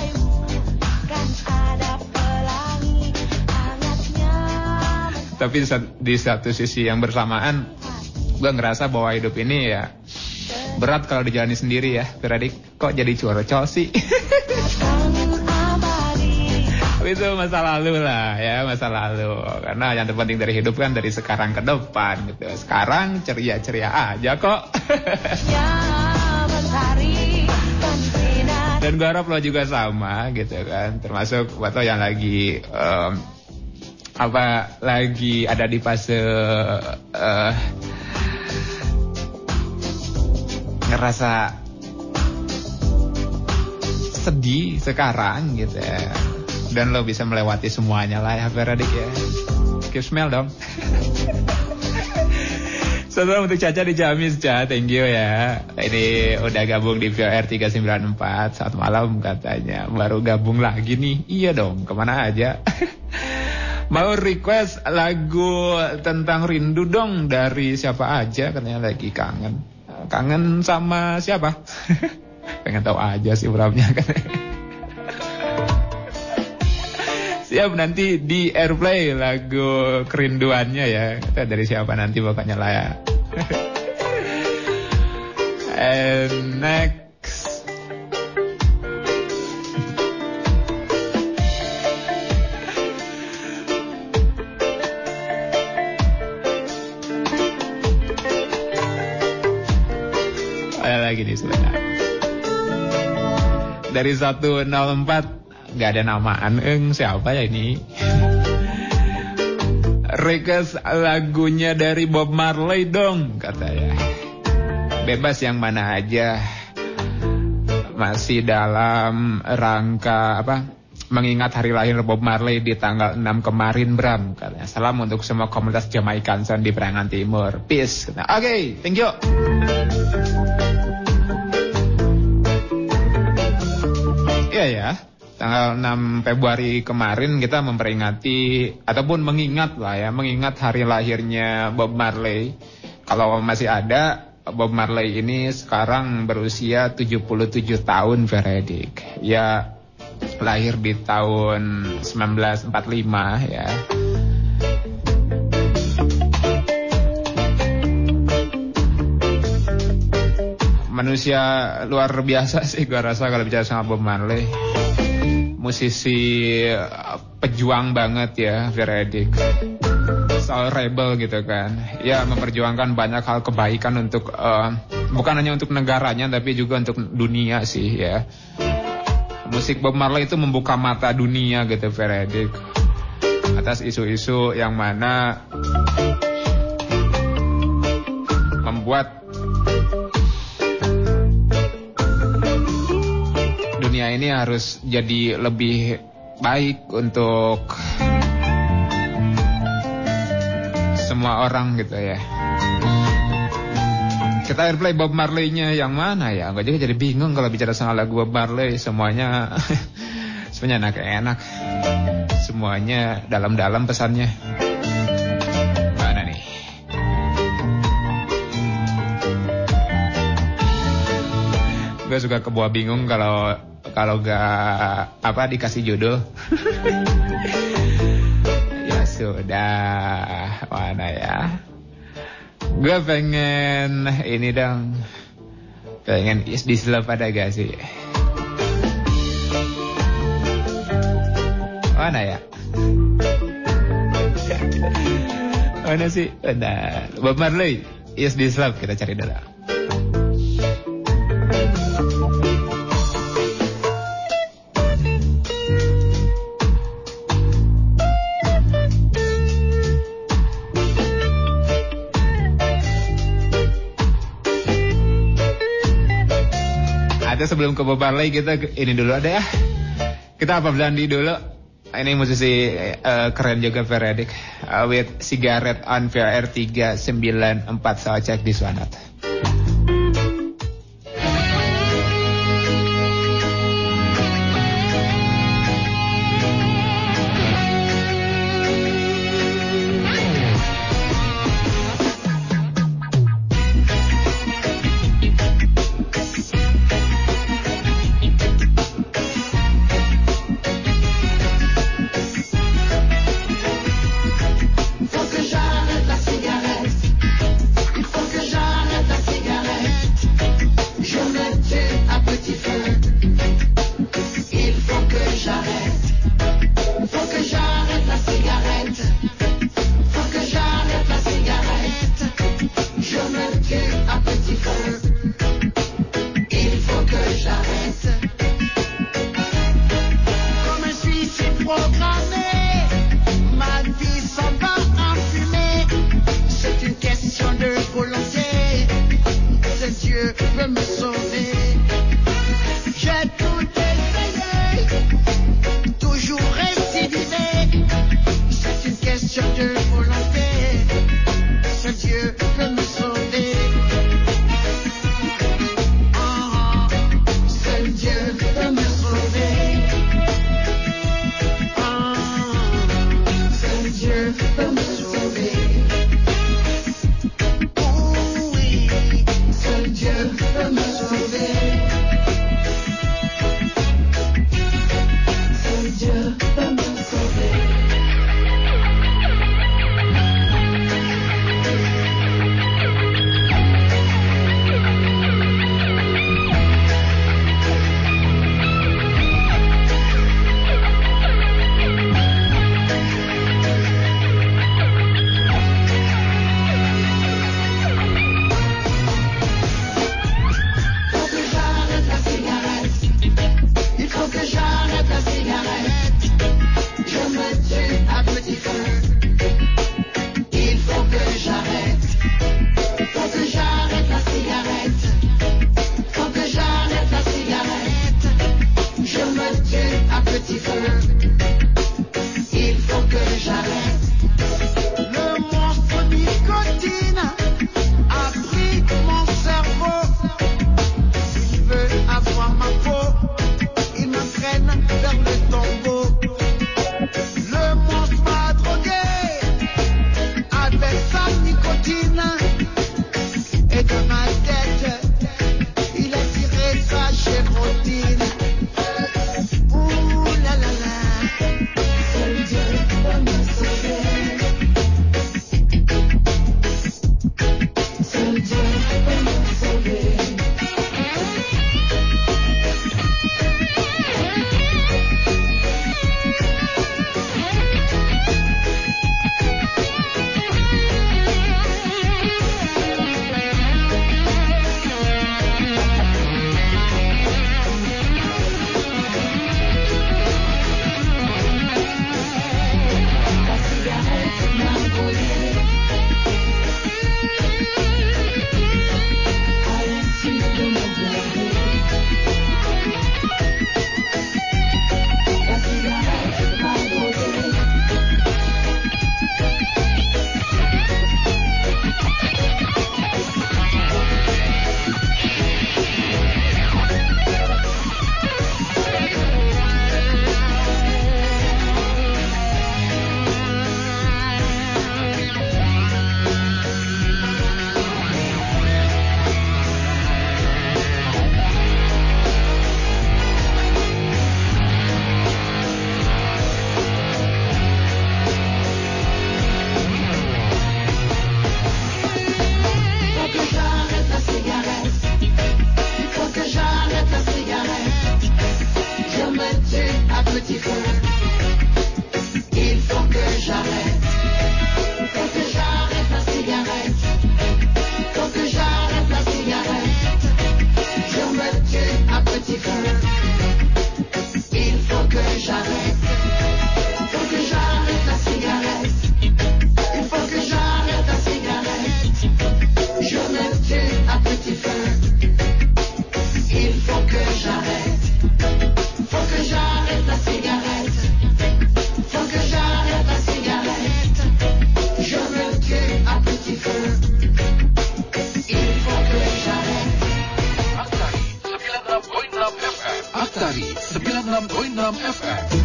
B: Tapi di satu sisi yang bersamaan, gue ngerasa bahwa hidup ini ya berat kalau dijalani sendiri ya, Fioredik. Kok jadi curcol sih? Itu masa lalu lah ya, masa lalu. Karena yang terpenting dari hidup kan dari sekarang ke depan gitu. Sekarang ceria-ceria aja kok. Dan gue harap lo juga sama gitu kan. Termasuk buat lo yang lagi um, apa lagi ada di fase uh, ngerasa sedih sekarang gitu ya. Dan lo bisa melewati semuanya lah ya, Fioredik ya. Keep smile dong. Saudara untuk Caca di Ciamis, Caca, thank you ya. Ini udah gabung di V O R tiga sembilan empat saat malam katanya. Baru gabung lagi nih. Iya dong, kemana aja. Mau request lagu tentang rindu dong dari siapa aja, katanya lagi kangen. Kangen sama siapa? Pengen tahu aja sih berapnya kan. Siap, nanti di airplay lagu kerinduannya ya. Kita dari siapa nanti pokoknya lah ya. And next, ada lagi nih sebentar. Dari satu nol empat gak ada namaan, eng siapa ya ini? Request lagunya dari Bob Marley dong, katanya. Bebas yang mana aja. Masih dalam rangka apa? mengingat hari lahir Bob Marley di tanggal enam kemarin, Bram. Katanya salam untuk semua komunitas Jamaikanson di Perangan Timur. Peace. Oke, okay, thank you. Iya ya, tanggal enam Februari kemarin kita memperingati ataupun mengingat lah ya, mengingat hari lahirnya Bob Marley. Kalau masih ada, Bob Marley ini sekarang berusia tujuh puluh tujuh tahun, Veredik. Ya, lahir di tahun sembilan belas empat puluh lima ya. Manusia luar biasa sih gua rasa kalau bicara sama Bob Marley. Musisi pejuang banget ya, Veredik. Soal rebel gitu kan. Ya, memperjuangkan banyak hal kebaikan untuk uh, bukan hanya untuk negaranya tapi juga untuk dunia sih ya. Musik Bob Marley itu membuka mata dunia gitu, Veredik, atas isu-isu yang mana membuat dunia ini harus jadi lebih baik untuk semua orang gitu ya. Kita airplay Bob Marley-nya yang mana ya? Enggak juga jadi bingung kalau bicara soal lagu Bob Marley. Semuanya semuanya enak-enak. Semuanya dalam-dalam pesannya. Mana nih? Gue suka kebawa bingung kalau kalau gak apa dikasih judul. Ya sudah, mana ya? Gue pengen ini dong, pengen Is This Love ada gak sih? Mana ya? Mana sih? Bentar, Bob Marley, Is This Love, kita cari dulu. Sebelum ke Bob Marley kita ini dulu ada ya. Kita apa Blandi dulu. Ini musisi uh, keren juga, Veredik. Uh, with Cigarette on V R tiga sembilan empat. So check this one out.
F: Faut que j'arrête la cigarette. Il faut que j'arrête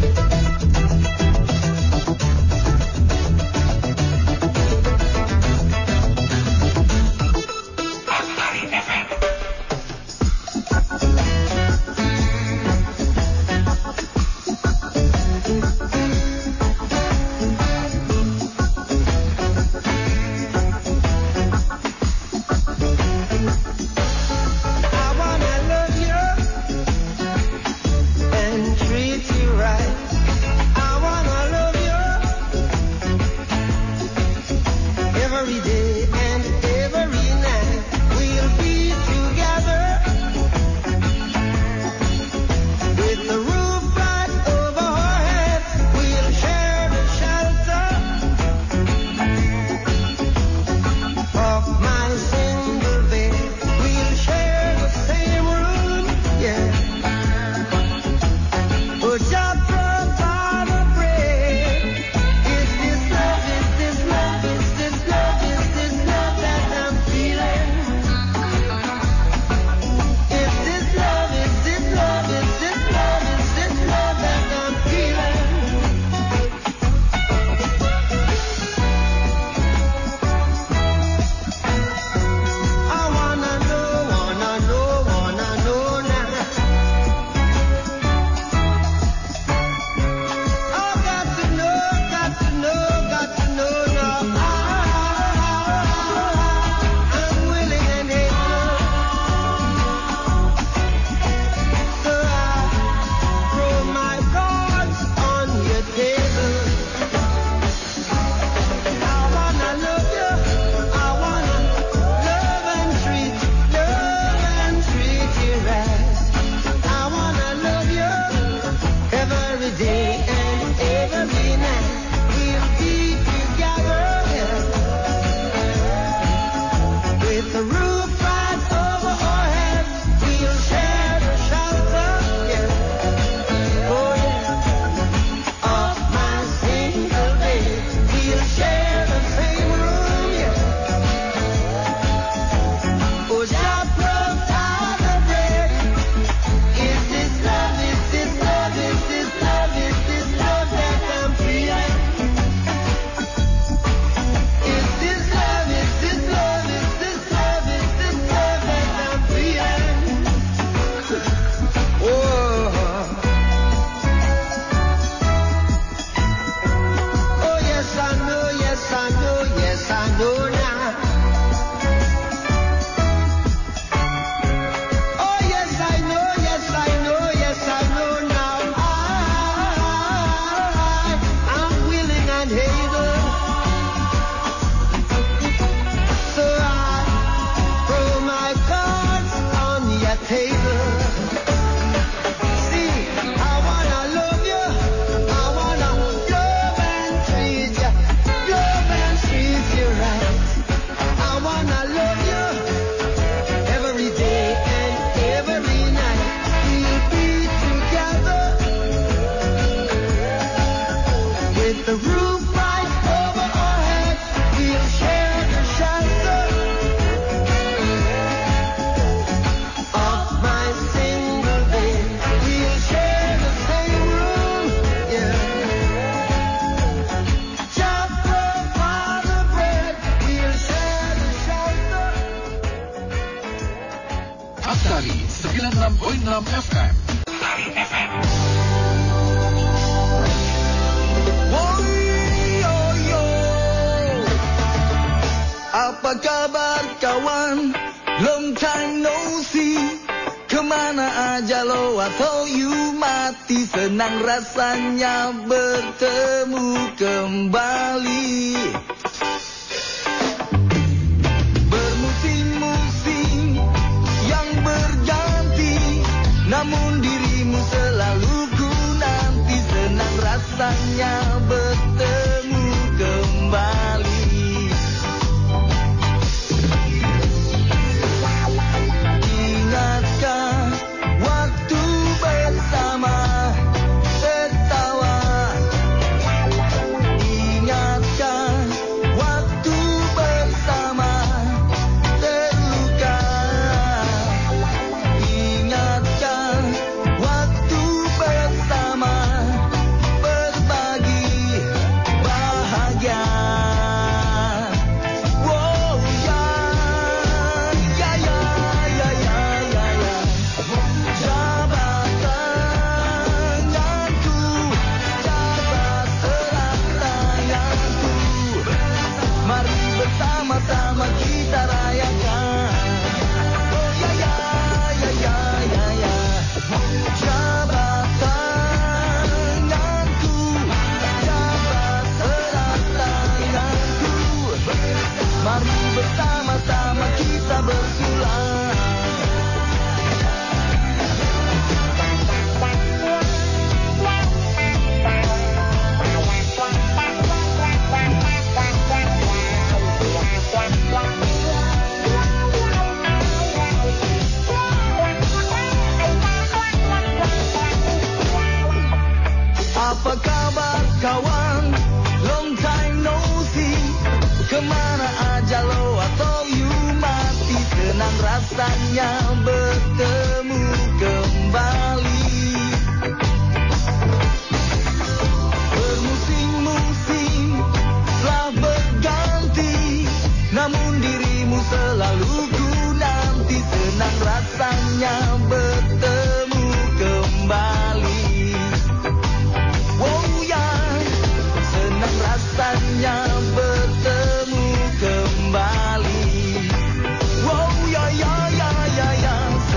G: Apa kabar kawan? Long time no see. Kemana aja lo atau you mati? Senang rasanya bertemu kembali. Bermusim-musim yang berganti, namun dirimu selalu ku nanti. Senang rasanya bertemu kembali. Ingatkah waktu bersama tertawa? Ingatkah waktu bersama terluka? Ingatkah waktu bersama Apa kabar kawan? Long time no see. Kemana aja lo atau you mati? Senang rasanya bertemu kembali. Bermusim-musim telah berganti, namun dirimu selalu ku nanti. Senang rasanya bertemu kembali. Oh ya, senang rasanya bertemu kembali. Oh ya ya ya ya ya,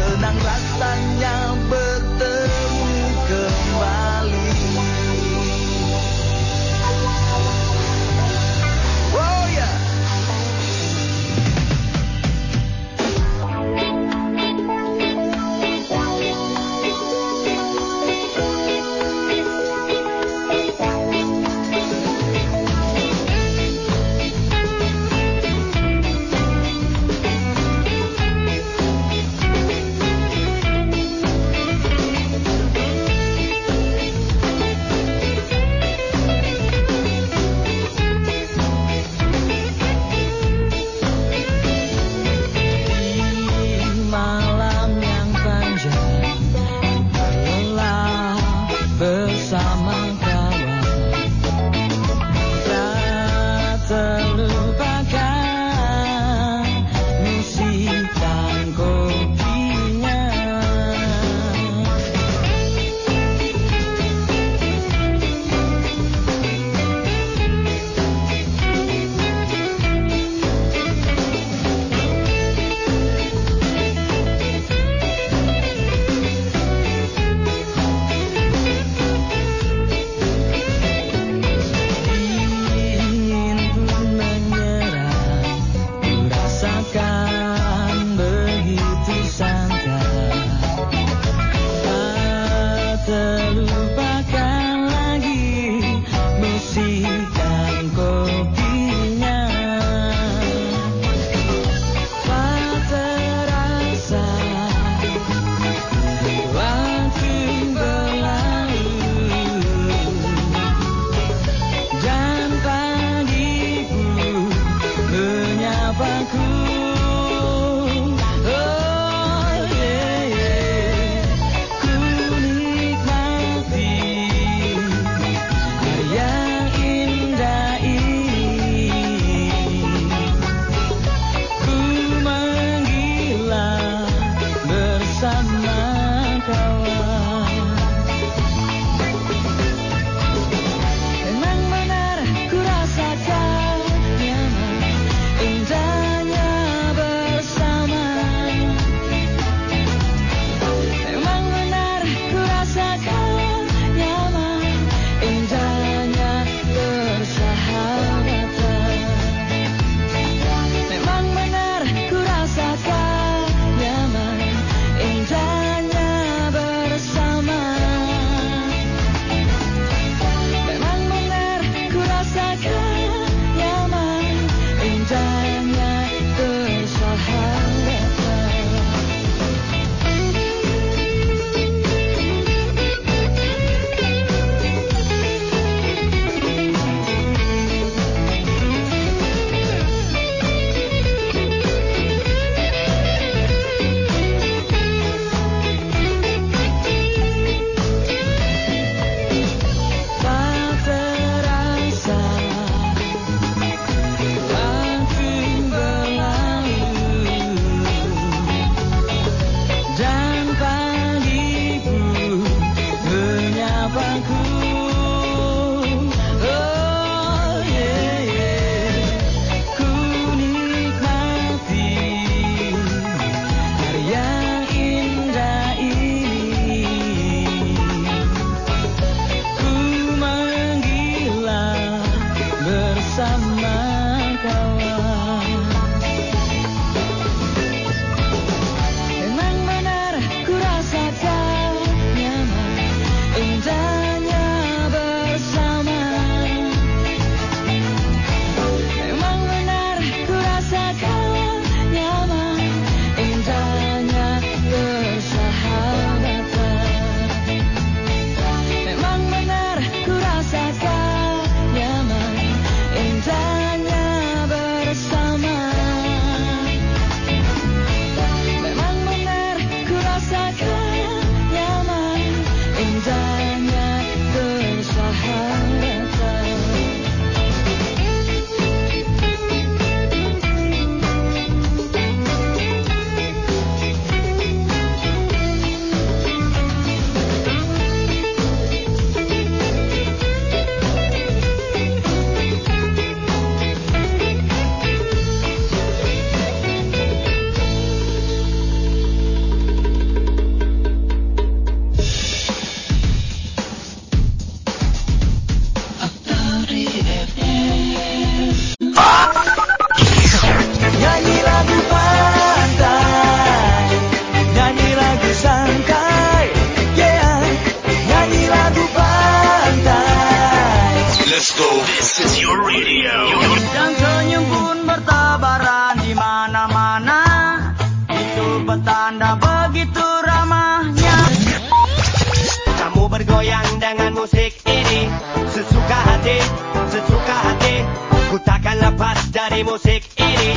A: This is your radio.
G: Dan senyum pun bertebaran di mana-mana. Itu petanda begitu ramahnya. Kamu bergoyang dengan musik ini, sesuka hati, sesuka hati. Ku takkan lepas dari musik ini.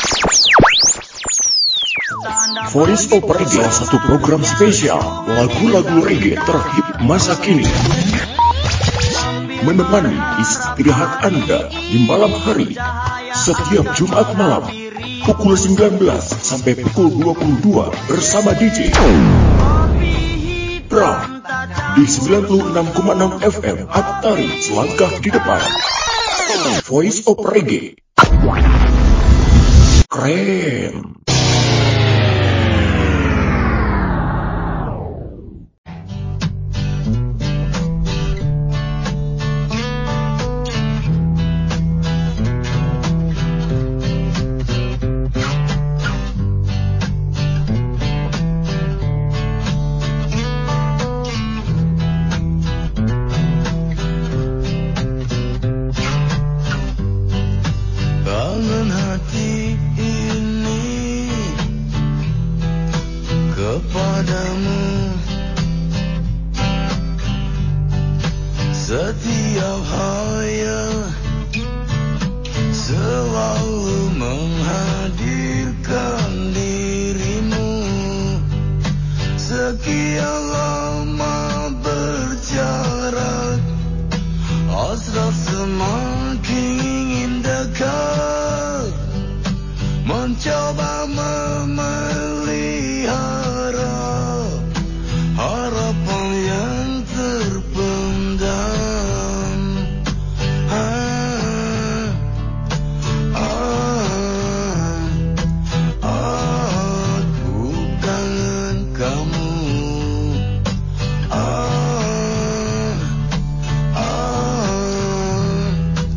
A: Voice of Reggae, salah satu program spesial lagu-lagu reggae terhit masa kini. Menemani istirahat Anda di malam hari setiap Jumat malam pukul sembilan belas sampai pukul dua puluh dua bersama D J Bram di sembilan puluh enam koma enam F M Aktari, selangkah di depan. Voice of Reggae. Keren.
F: Kangen hati ini kepadamu. Setiap hayal selalu menghadirkan dirimu. Sekian lama berjarak, hasrat semakin ingin dekat, mencoba memelihara harapan yang terpendam. Ah, ah, aku kangen kamu. Ah, ah,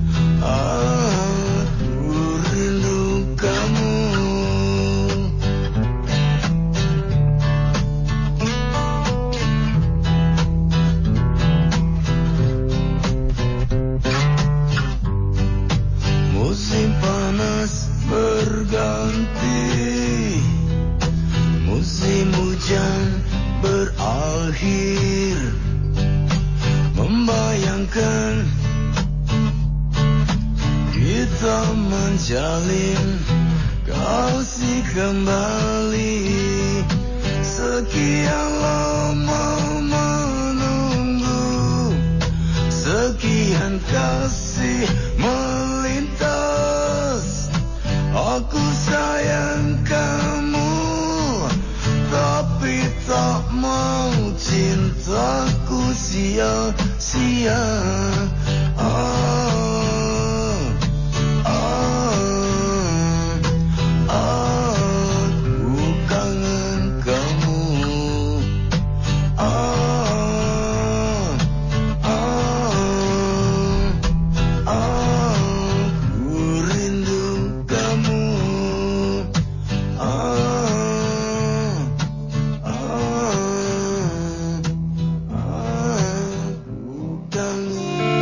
F: aku rindu kamu. Musim panas berganti, musim hujan berakhir, membayangkan kita menjalin kasih kembali. Sekian lama menunggu, sekian kasih melintas. Aku sayang kamu, tapi tak mau cintaku sia-sia. Ah, ah, aku kangen kamu. Ah, ah, aku rindu kamu. Ah, ah, aku kangen.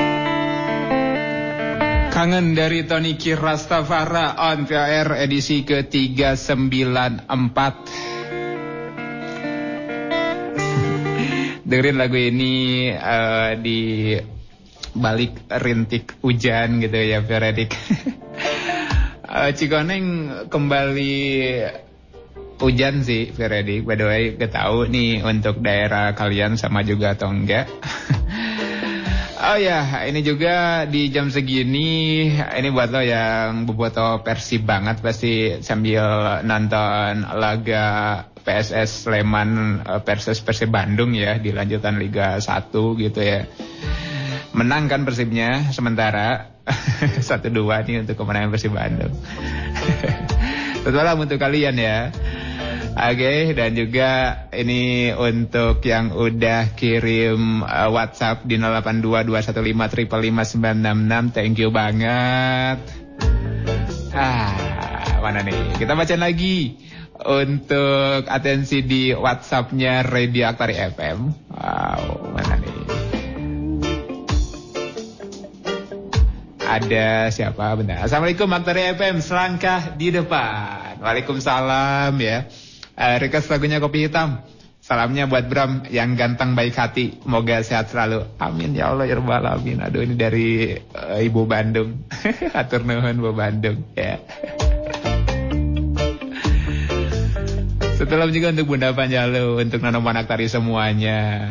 B: Kangen dari Tony Ki Rastafara on P R edisi ke tiga sembilan empat. Dengerin lagu ini uh, di balik rintik hujan gitu ya, Feredik. uh, Cikoneng kembali hujan sih, Feredik. By the way, gak tahu nih untuk daerah kalian sama juga atau enggak. Oh ya, ini juga di jam segini, ini buat lo yang boboto Persib banget pasti sambil nonton laga P S S Sleman versus Persib Bandung ya di lanjutan Liga satu gitu ya. Menang kan Persibnya sementara satu dua nih untuk kemenangan Persib Bandung. Selamat untuk kalian ya. Oke, dan juga ini untuk yang udah kirim uh, WhatsApp di nol delapan dua dua satu lima lima lima sembilan enam enam. Thank you banget. Ah, mana nih? Kita baca lagi untuk atensi di WhatsApp-nya Radio Aktari F M. Wow, mana nih? Ada siapa? Bentar. Assalamualaikum Aktari F M, selangkah di depan. Waalaikumsalam ya. Uh, request lagunya Kopi Hitam. Salamnya buat Bram yang ganteng baik hati. Semoga sehat selalu. Amin ya Allah ya Rabbal alamin. Aduh ini dari uh, Ibu Bandung. Hatur nuhun Bu Bandung ya. Setelah juga untuk Bunda Panjalu, untuk Nono Manaktari semuanya.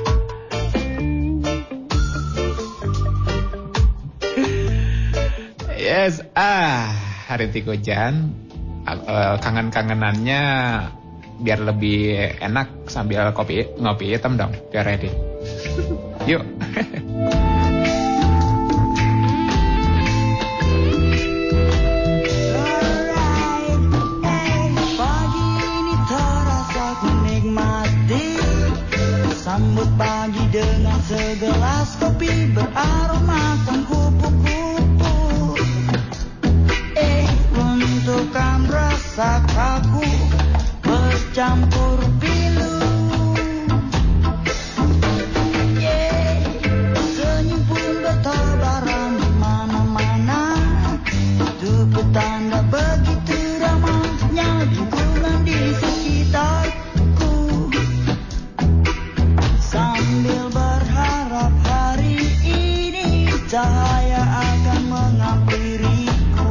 B: Yes, ah, hari Tikojan, uh, kangen-kangenannya biar lebih enak sambil kopi ngopi hitam dong, biar ready. Yuk.
G: Sambut pagi dengan segelas kopi beraromakan kupu-kupu. Eh, untukkan rasa kaku bercampur pilu. Yeah, senyum pun bertebaran di mana-mana. Itu petanda begitu ramahnya lingkungan di sekitarku. Sambil berharap hari ini cahaya akan menghampiriku.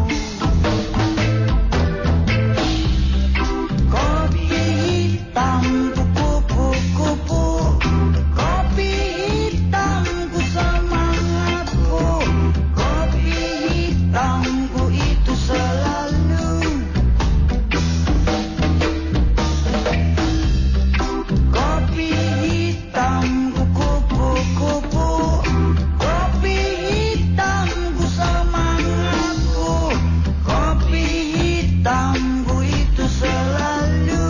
G: Kopi hitam kupu-kupu, kopi hitamku semangatku, kopi hitamku itu selalu. Kopi hitamku kupu-kupu, kopi hitamku semangatku, kopi hitamku itu selalu.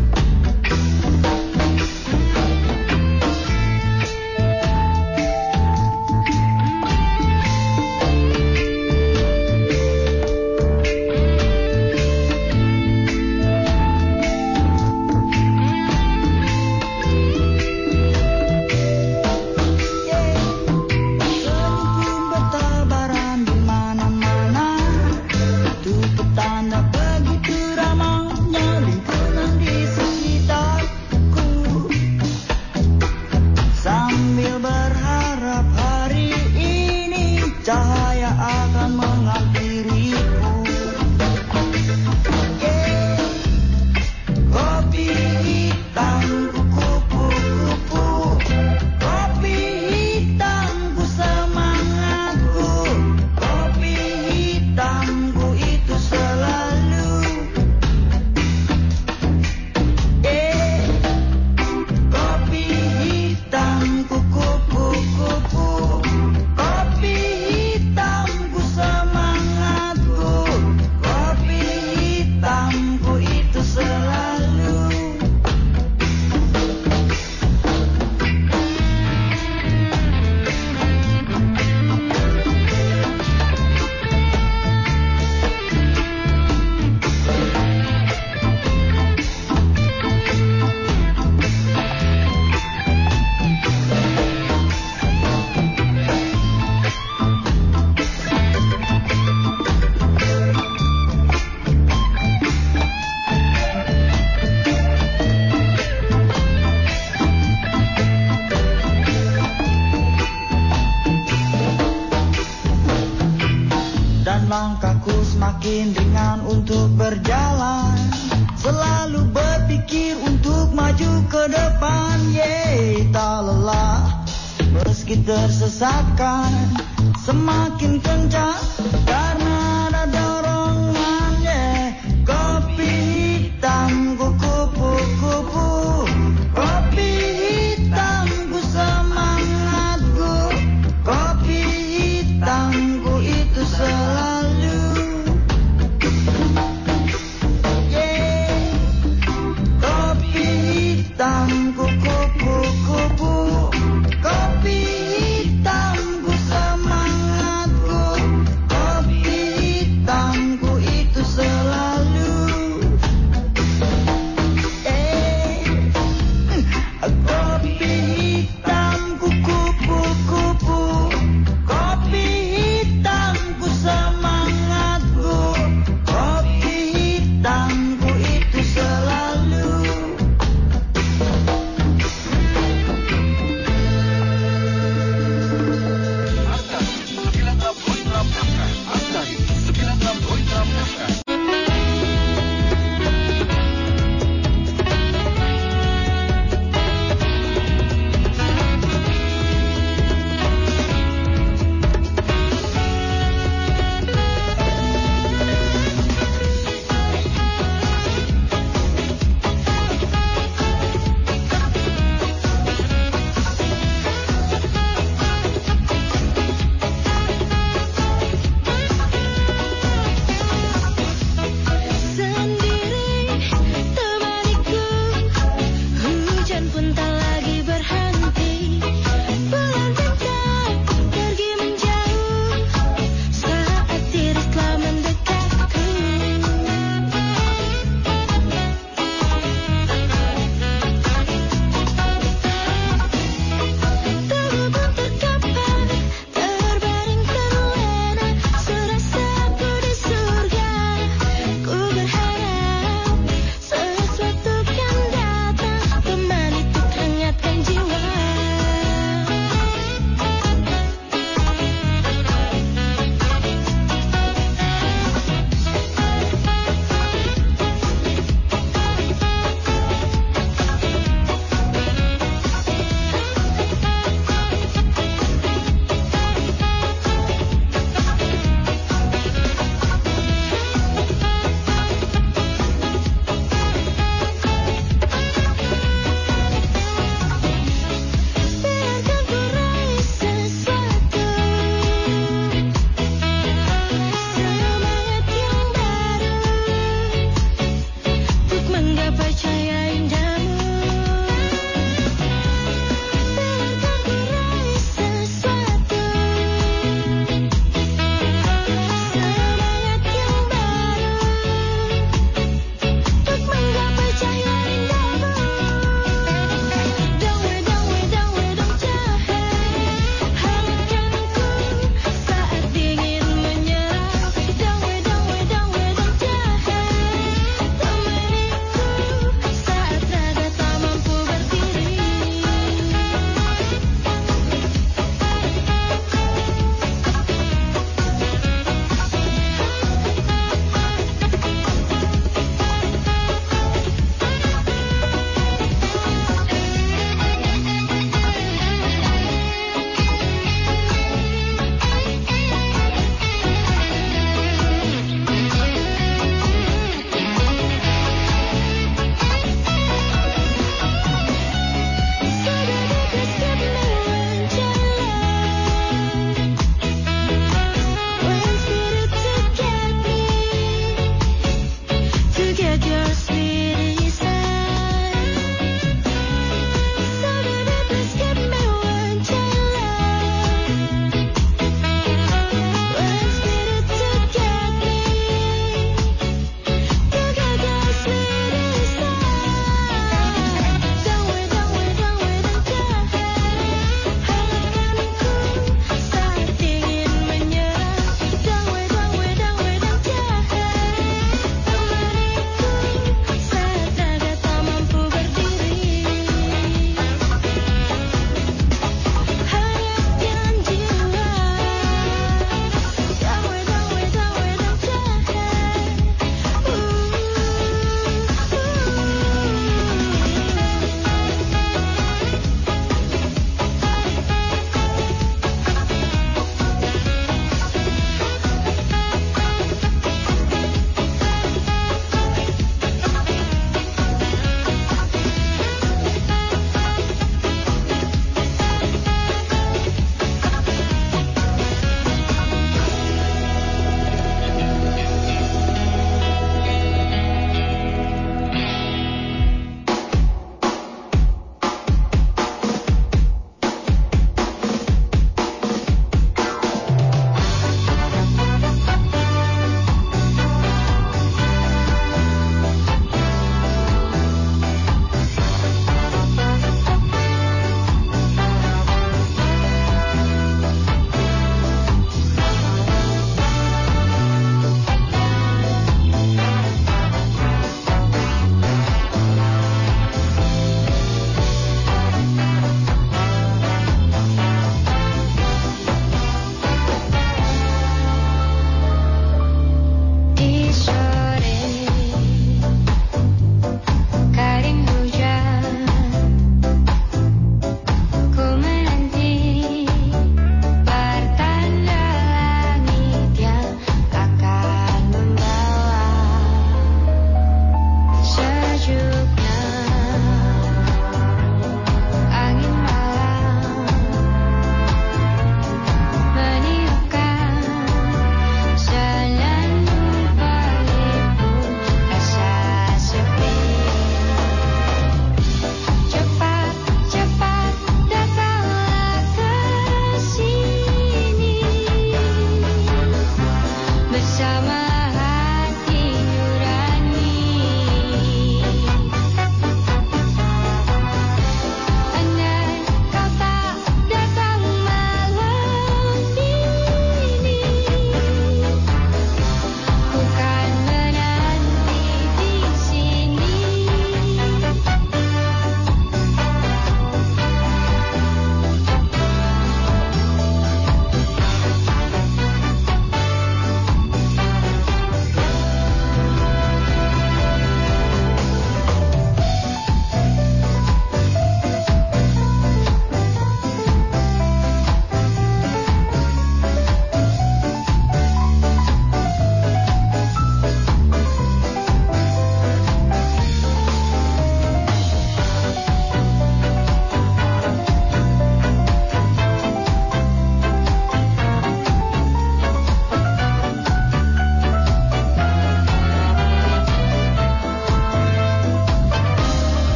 G: Senyum bertebaran di mana-mana. Itu petanda begitu ramahnya lingkungan di sekitarku. Sambil berharap hari ini cahaya akan menghampiriku. Yeah. Kopi hitamku kupu-kupu, kopi hitamku semangatku, kopi hitamku itu selalu. Eh, kopi hitamku kupu-kupu, kopi hitamku semangatku, kopi hitamku itu selalu. Dan langkahku semakin ringan untuk berjalan, selalu berpikir untuk maju ke depan. Yeay, tak lelah meski tersesatkan, semakin kencang karena ada dorongan. Yeah. Kopi hitamku kupu-kupu, kopi hitamku semangatku, kopi hitamku itu selalu. Yeah. Kopi hitamku kupu-kupu, kopi hitamku semangatku,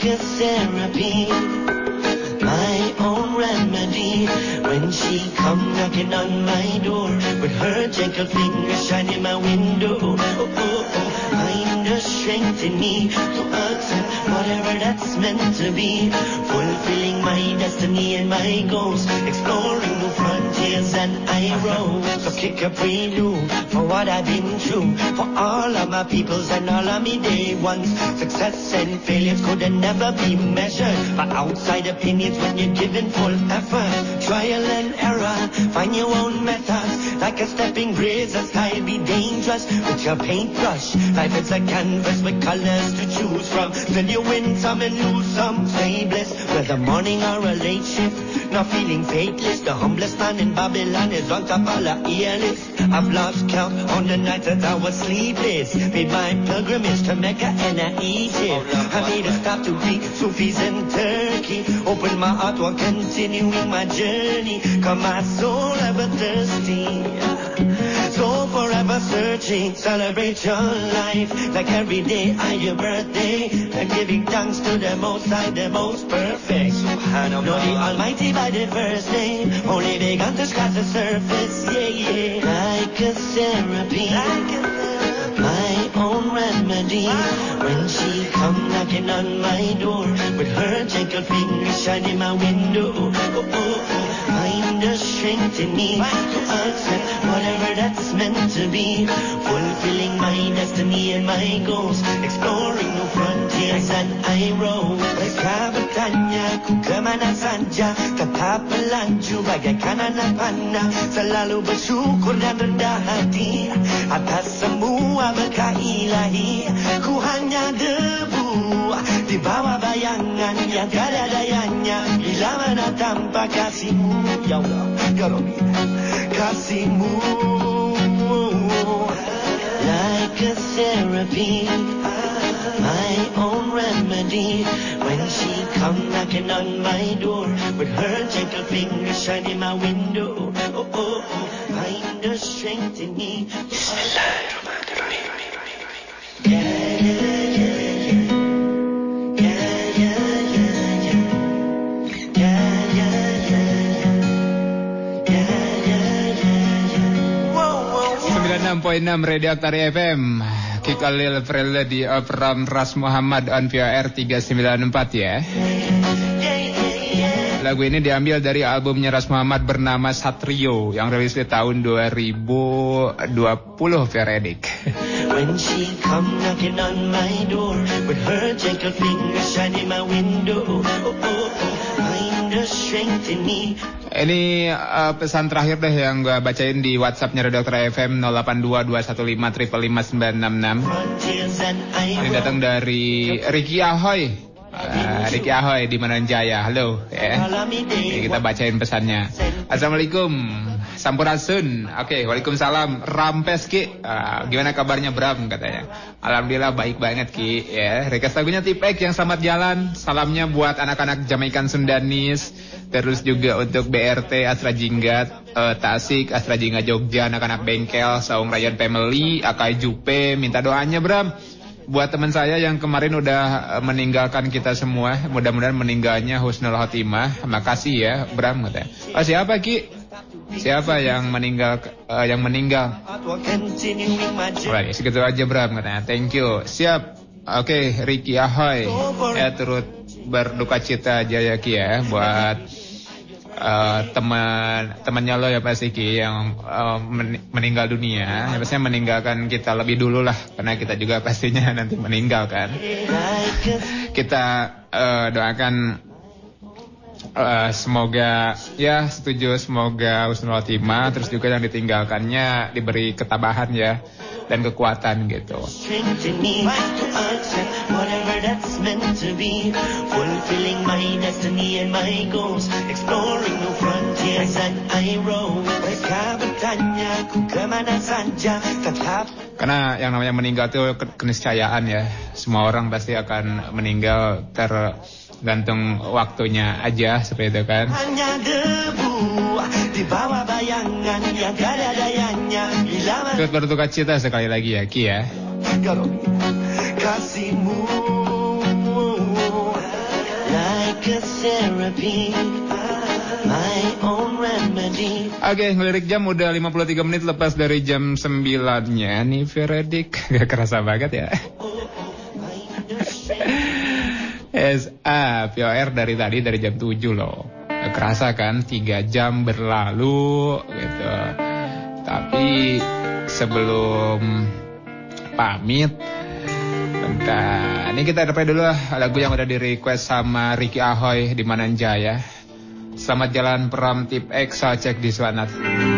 F: a therapy, my own remedy. When she come knocking on my door with her gentle fingers shining my window, oh, oh, oh, find the strength in me to accept whatever that's meant to be, fulfilling my destiny and my goals, exploring new frontiers and I roam. So kick a prelude for what I've been through, for all of my peoples and all of me day ones. Success and failures could never be measured by outside opinions when you're given full effort. Trial and error, find your own methods, like a stepping razor style, be dangerous with your paintbrush. Life is a canvas with colors to choose from, then you win some and lose some. Stay blessed, whether morning or a late shift, not feeling faithless. The humblest man in Babylon is on top of the ear list. I've lost count on the nights that I was sleepless, made my pilgrimage to Mecca and Egypt. I made a stop to Greek, Sufis and Turkey, opened my heart while continuing my journey. Come my soul ever thirsty, so forever searching. Celebrate your life like every day on your birthday, and giving thanks to the Most High, the most perfect. Subhanallah. Know the Almighty by the first name, only begun to scratch the surface. Yeah, yeah. Like a therapy, like a therapy, my own remedy. When she come knocking on my door with her gentle fingers shining my window, oh, oh, oh, find the strength in me to accept whatever that's meant to be, fulfilling my destiny and my goals, exploring new frontiers and I roam. Mereka bertanya ku kemana saja, tetap melaju bagaikan anak panah, selalu bersyukur dan rendah hati atas semua berkah ilahi. Ku hanya debu di bawah bayangan yang tiada dayanya, bila mana tanpa kasihmu ya Allah, ya Rabbi, kasihmu. Like a therapy, my own remedy. When she come knocking on my door with her gentle fingers shining my window, oh, oh, oh, find the strength in me. Bismillahirrahmanirrahim. Yeah, yeah, yeah, yeah. Yeah, yeah, yeah, yeah. Yeah, yeah, yeah, yeah. Yeah, yeah, yeah, yeah. Whoa, whoa, whoa.
B: sembilan puluh enam koma enam Radio Aktari F M. Kik Alil Frele di Opram Ras Muhammad on V O R tiga sembilan empat ya. Lagu ini diambil dari albumnya Ras Muhammad bernama Satrio yang rilis di tahun dua ribu dua puluh, Veredik.
F: When she come knocking on my door with her gentle fingers shining my window, oh, oh, oh, find the strength in me.
B: Ini uh, pesan terakhir deh yang gue bacain di WhatsAppnya Radio Aktari F M nol delapan dua dua satu lima lima lima sembilan enam enam. Ini datang dari Ricky Ahoy. Uh, Ricky Ahoy di Mananjaya. Halo ya. Jadi kita bacain pesannya. Assalamualaikum, Sampurasun. Oke, okay, waalaikumsalam. Rampes Ki. Uh, gimana kabarnya Bram katanya? Alhamdulillah baik banget Ki ya. Request lagunya Tipek yang selamat jalan. Salamnya buat anak-anak Jamaikan Sundanis. Terus juga untuk B R T Astra Jinggat, uh, Tasik, Astra Jinggat Jogja, anak-anak Bengkel, Saung Rayon Family, Akai Jupe. Minta doanya Bram buat teman saya yang kemarin udah meninggalkan kita semua. Mudah-mudahan meninggalnya husnul khotimah. Makasih ya Bram katanya. Oh siapa Ki? Siapa yang meninggal uh, yang meninggal? Alright, segitu aja Bram katanya. Thank you. Siap. Oke, okay, Ricky Ahoy. Ya turut berduka cita aja ya Ki ya buat Uh, teman temannya lo ya pasti Ki yang uh, men- meninggal dunia. Ya pastinya meninggalkan kita lebih dulu lah, karena kita juga pastinya nanti meninggal kan. Kita uh, doakan uh, semoga ya setuju, semoga husnul khotimah, terus juga yang ditinggalkannya diberi ketabahan ya dan kekuatan gitu. That's meant to be, fulfilling my destiny and my goals, exploring new frontiers and I roam. Mereka bertanya ku kemana saja, tetap. Karena yang namanya meninggal itu keniscayaan ya. Semua orang pasti akan meninggal, tergantung waktunya aja seperti itu kan. Hanya debu di bawah bayangan yang tiada dayanya. Turut berduka cita sekali lagi ya Ki ya. Kasihmu
F: be my own remedy.
B: Oke, ngelirik jam udah lima puluh tiga menit lepas dari jam sembilan-nya nih, Veredik. Gak kerasa banget ya. S A P O R dari tadi dari jam tujuh loh. Gak kerasa kan tiga jam berlalu gitu. Tapi sebelum pamit, bentar. Ini kita dapat dulu lagu yang udah di request sama Ricky Ahoy di Mananjaya. Selamat jalan Pram Tip X, saya cek di Swanat.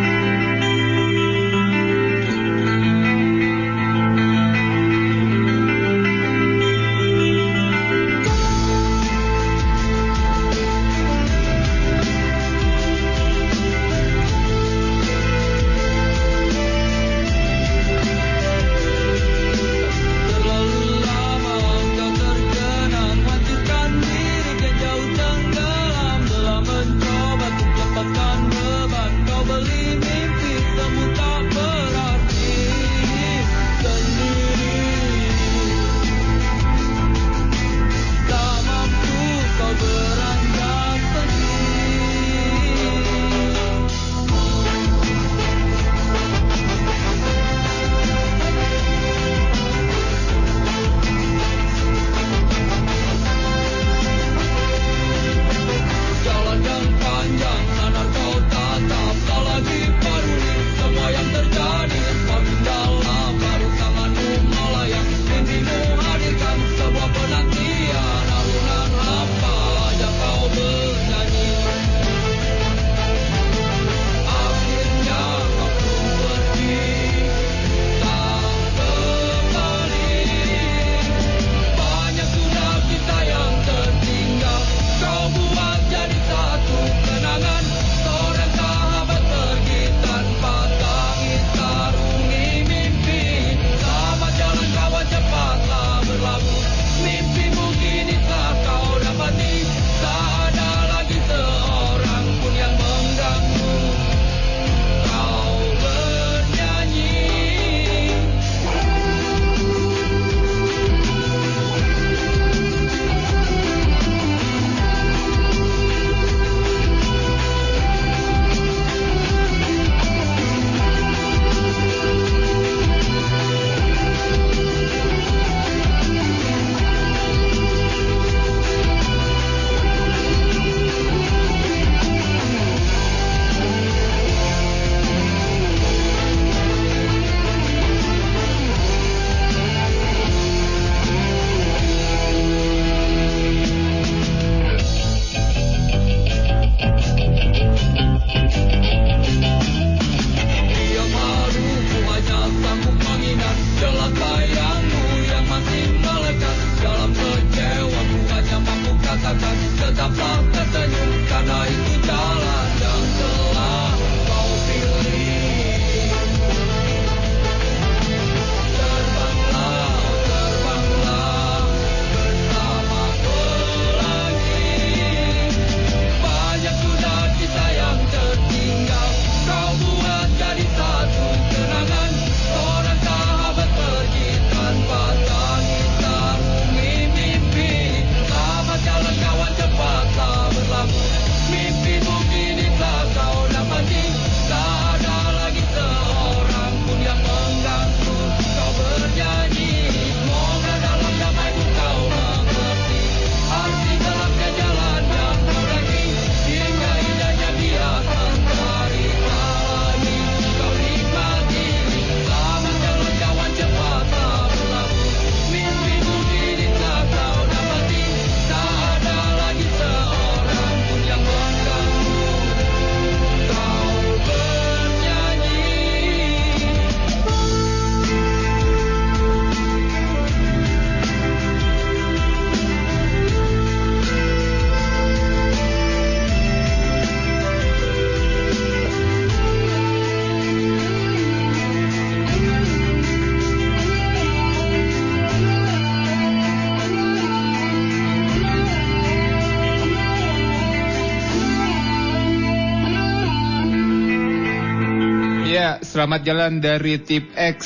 B: Ya, selamat jalan dari Tip X.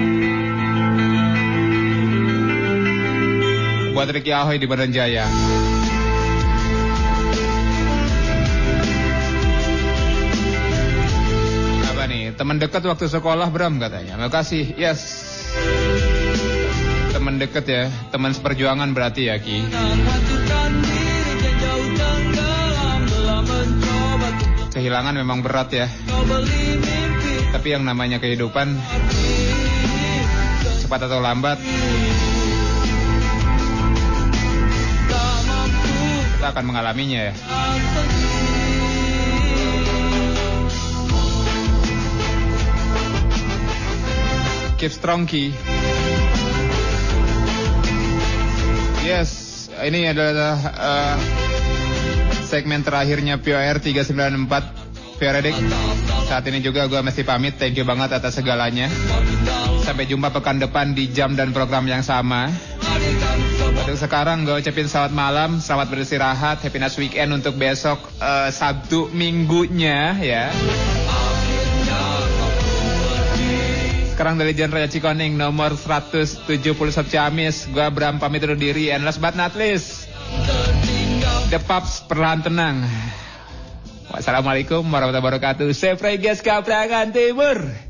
B: Buat Ricky Ahoy di Badan Jaya. teman dekat waktu sekolah Bram katanya. Makasih. Yes. Teman dekat ya, teman seperjuangan berarti ya Ki. Kehilangan memang berat ya. Tapi yang namanya kehidupan cepat atau lambat kita akan mengalaminya ya. Keep strong Ki. Yes, ini adalah uh, segmen terakhirnya P O R tiga sembilan empat. P O R Edik. Saat ini juga gue mesti pamit. Thank you banget atas segalanya. Sampai jumpa pekan depan di jam dan program yang sama. Untuk sekarang gue ucapin selamat malam, selamat beristirahat, happy nice weekend untuk besok uh, Sabtu minggunya ya. Sekarang dari Jalan Raya Cikoning nomor seratus tujuh puluh satu Ciamis, gue Bram pamit undur diri. And last but not least, The Pups perlahan tenang. Wassalamualaikum warahmatullahi wabarakatuh. Saya Fregas Kaprangan Timur.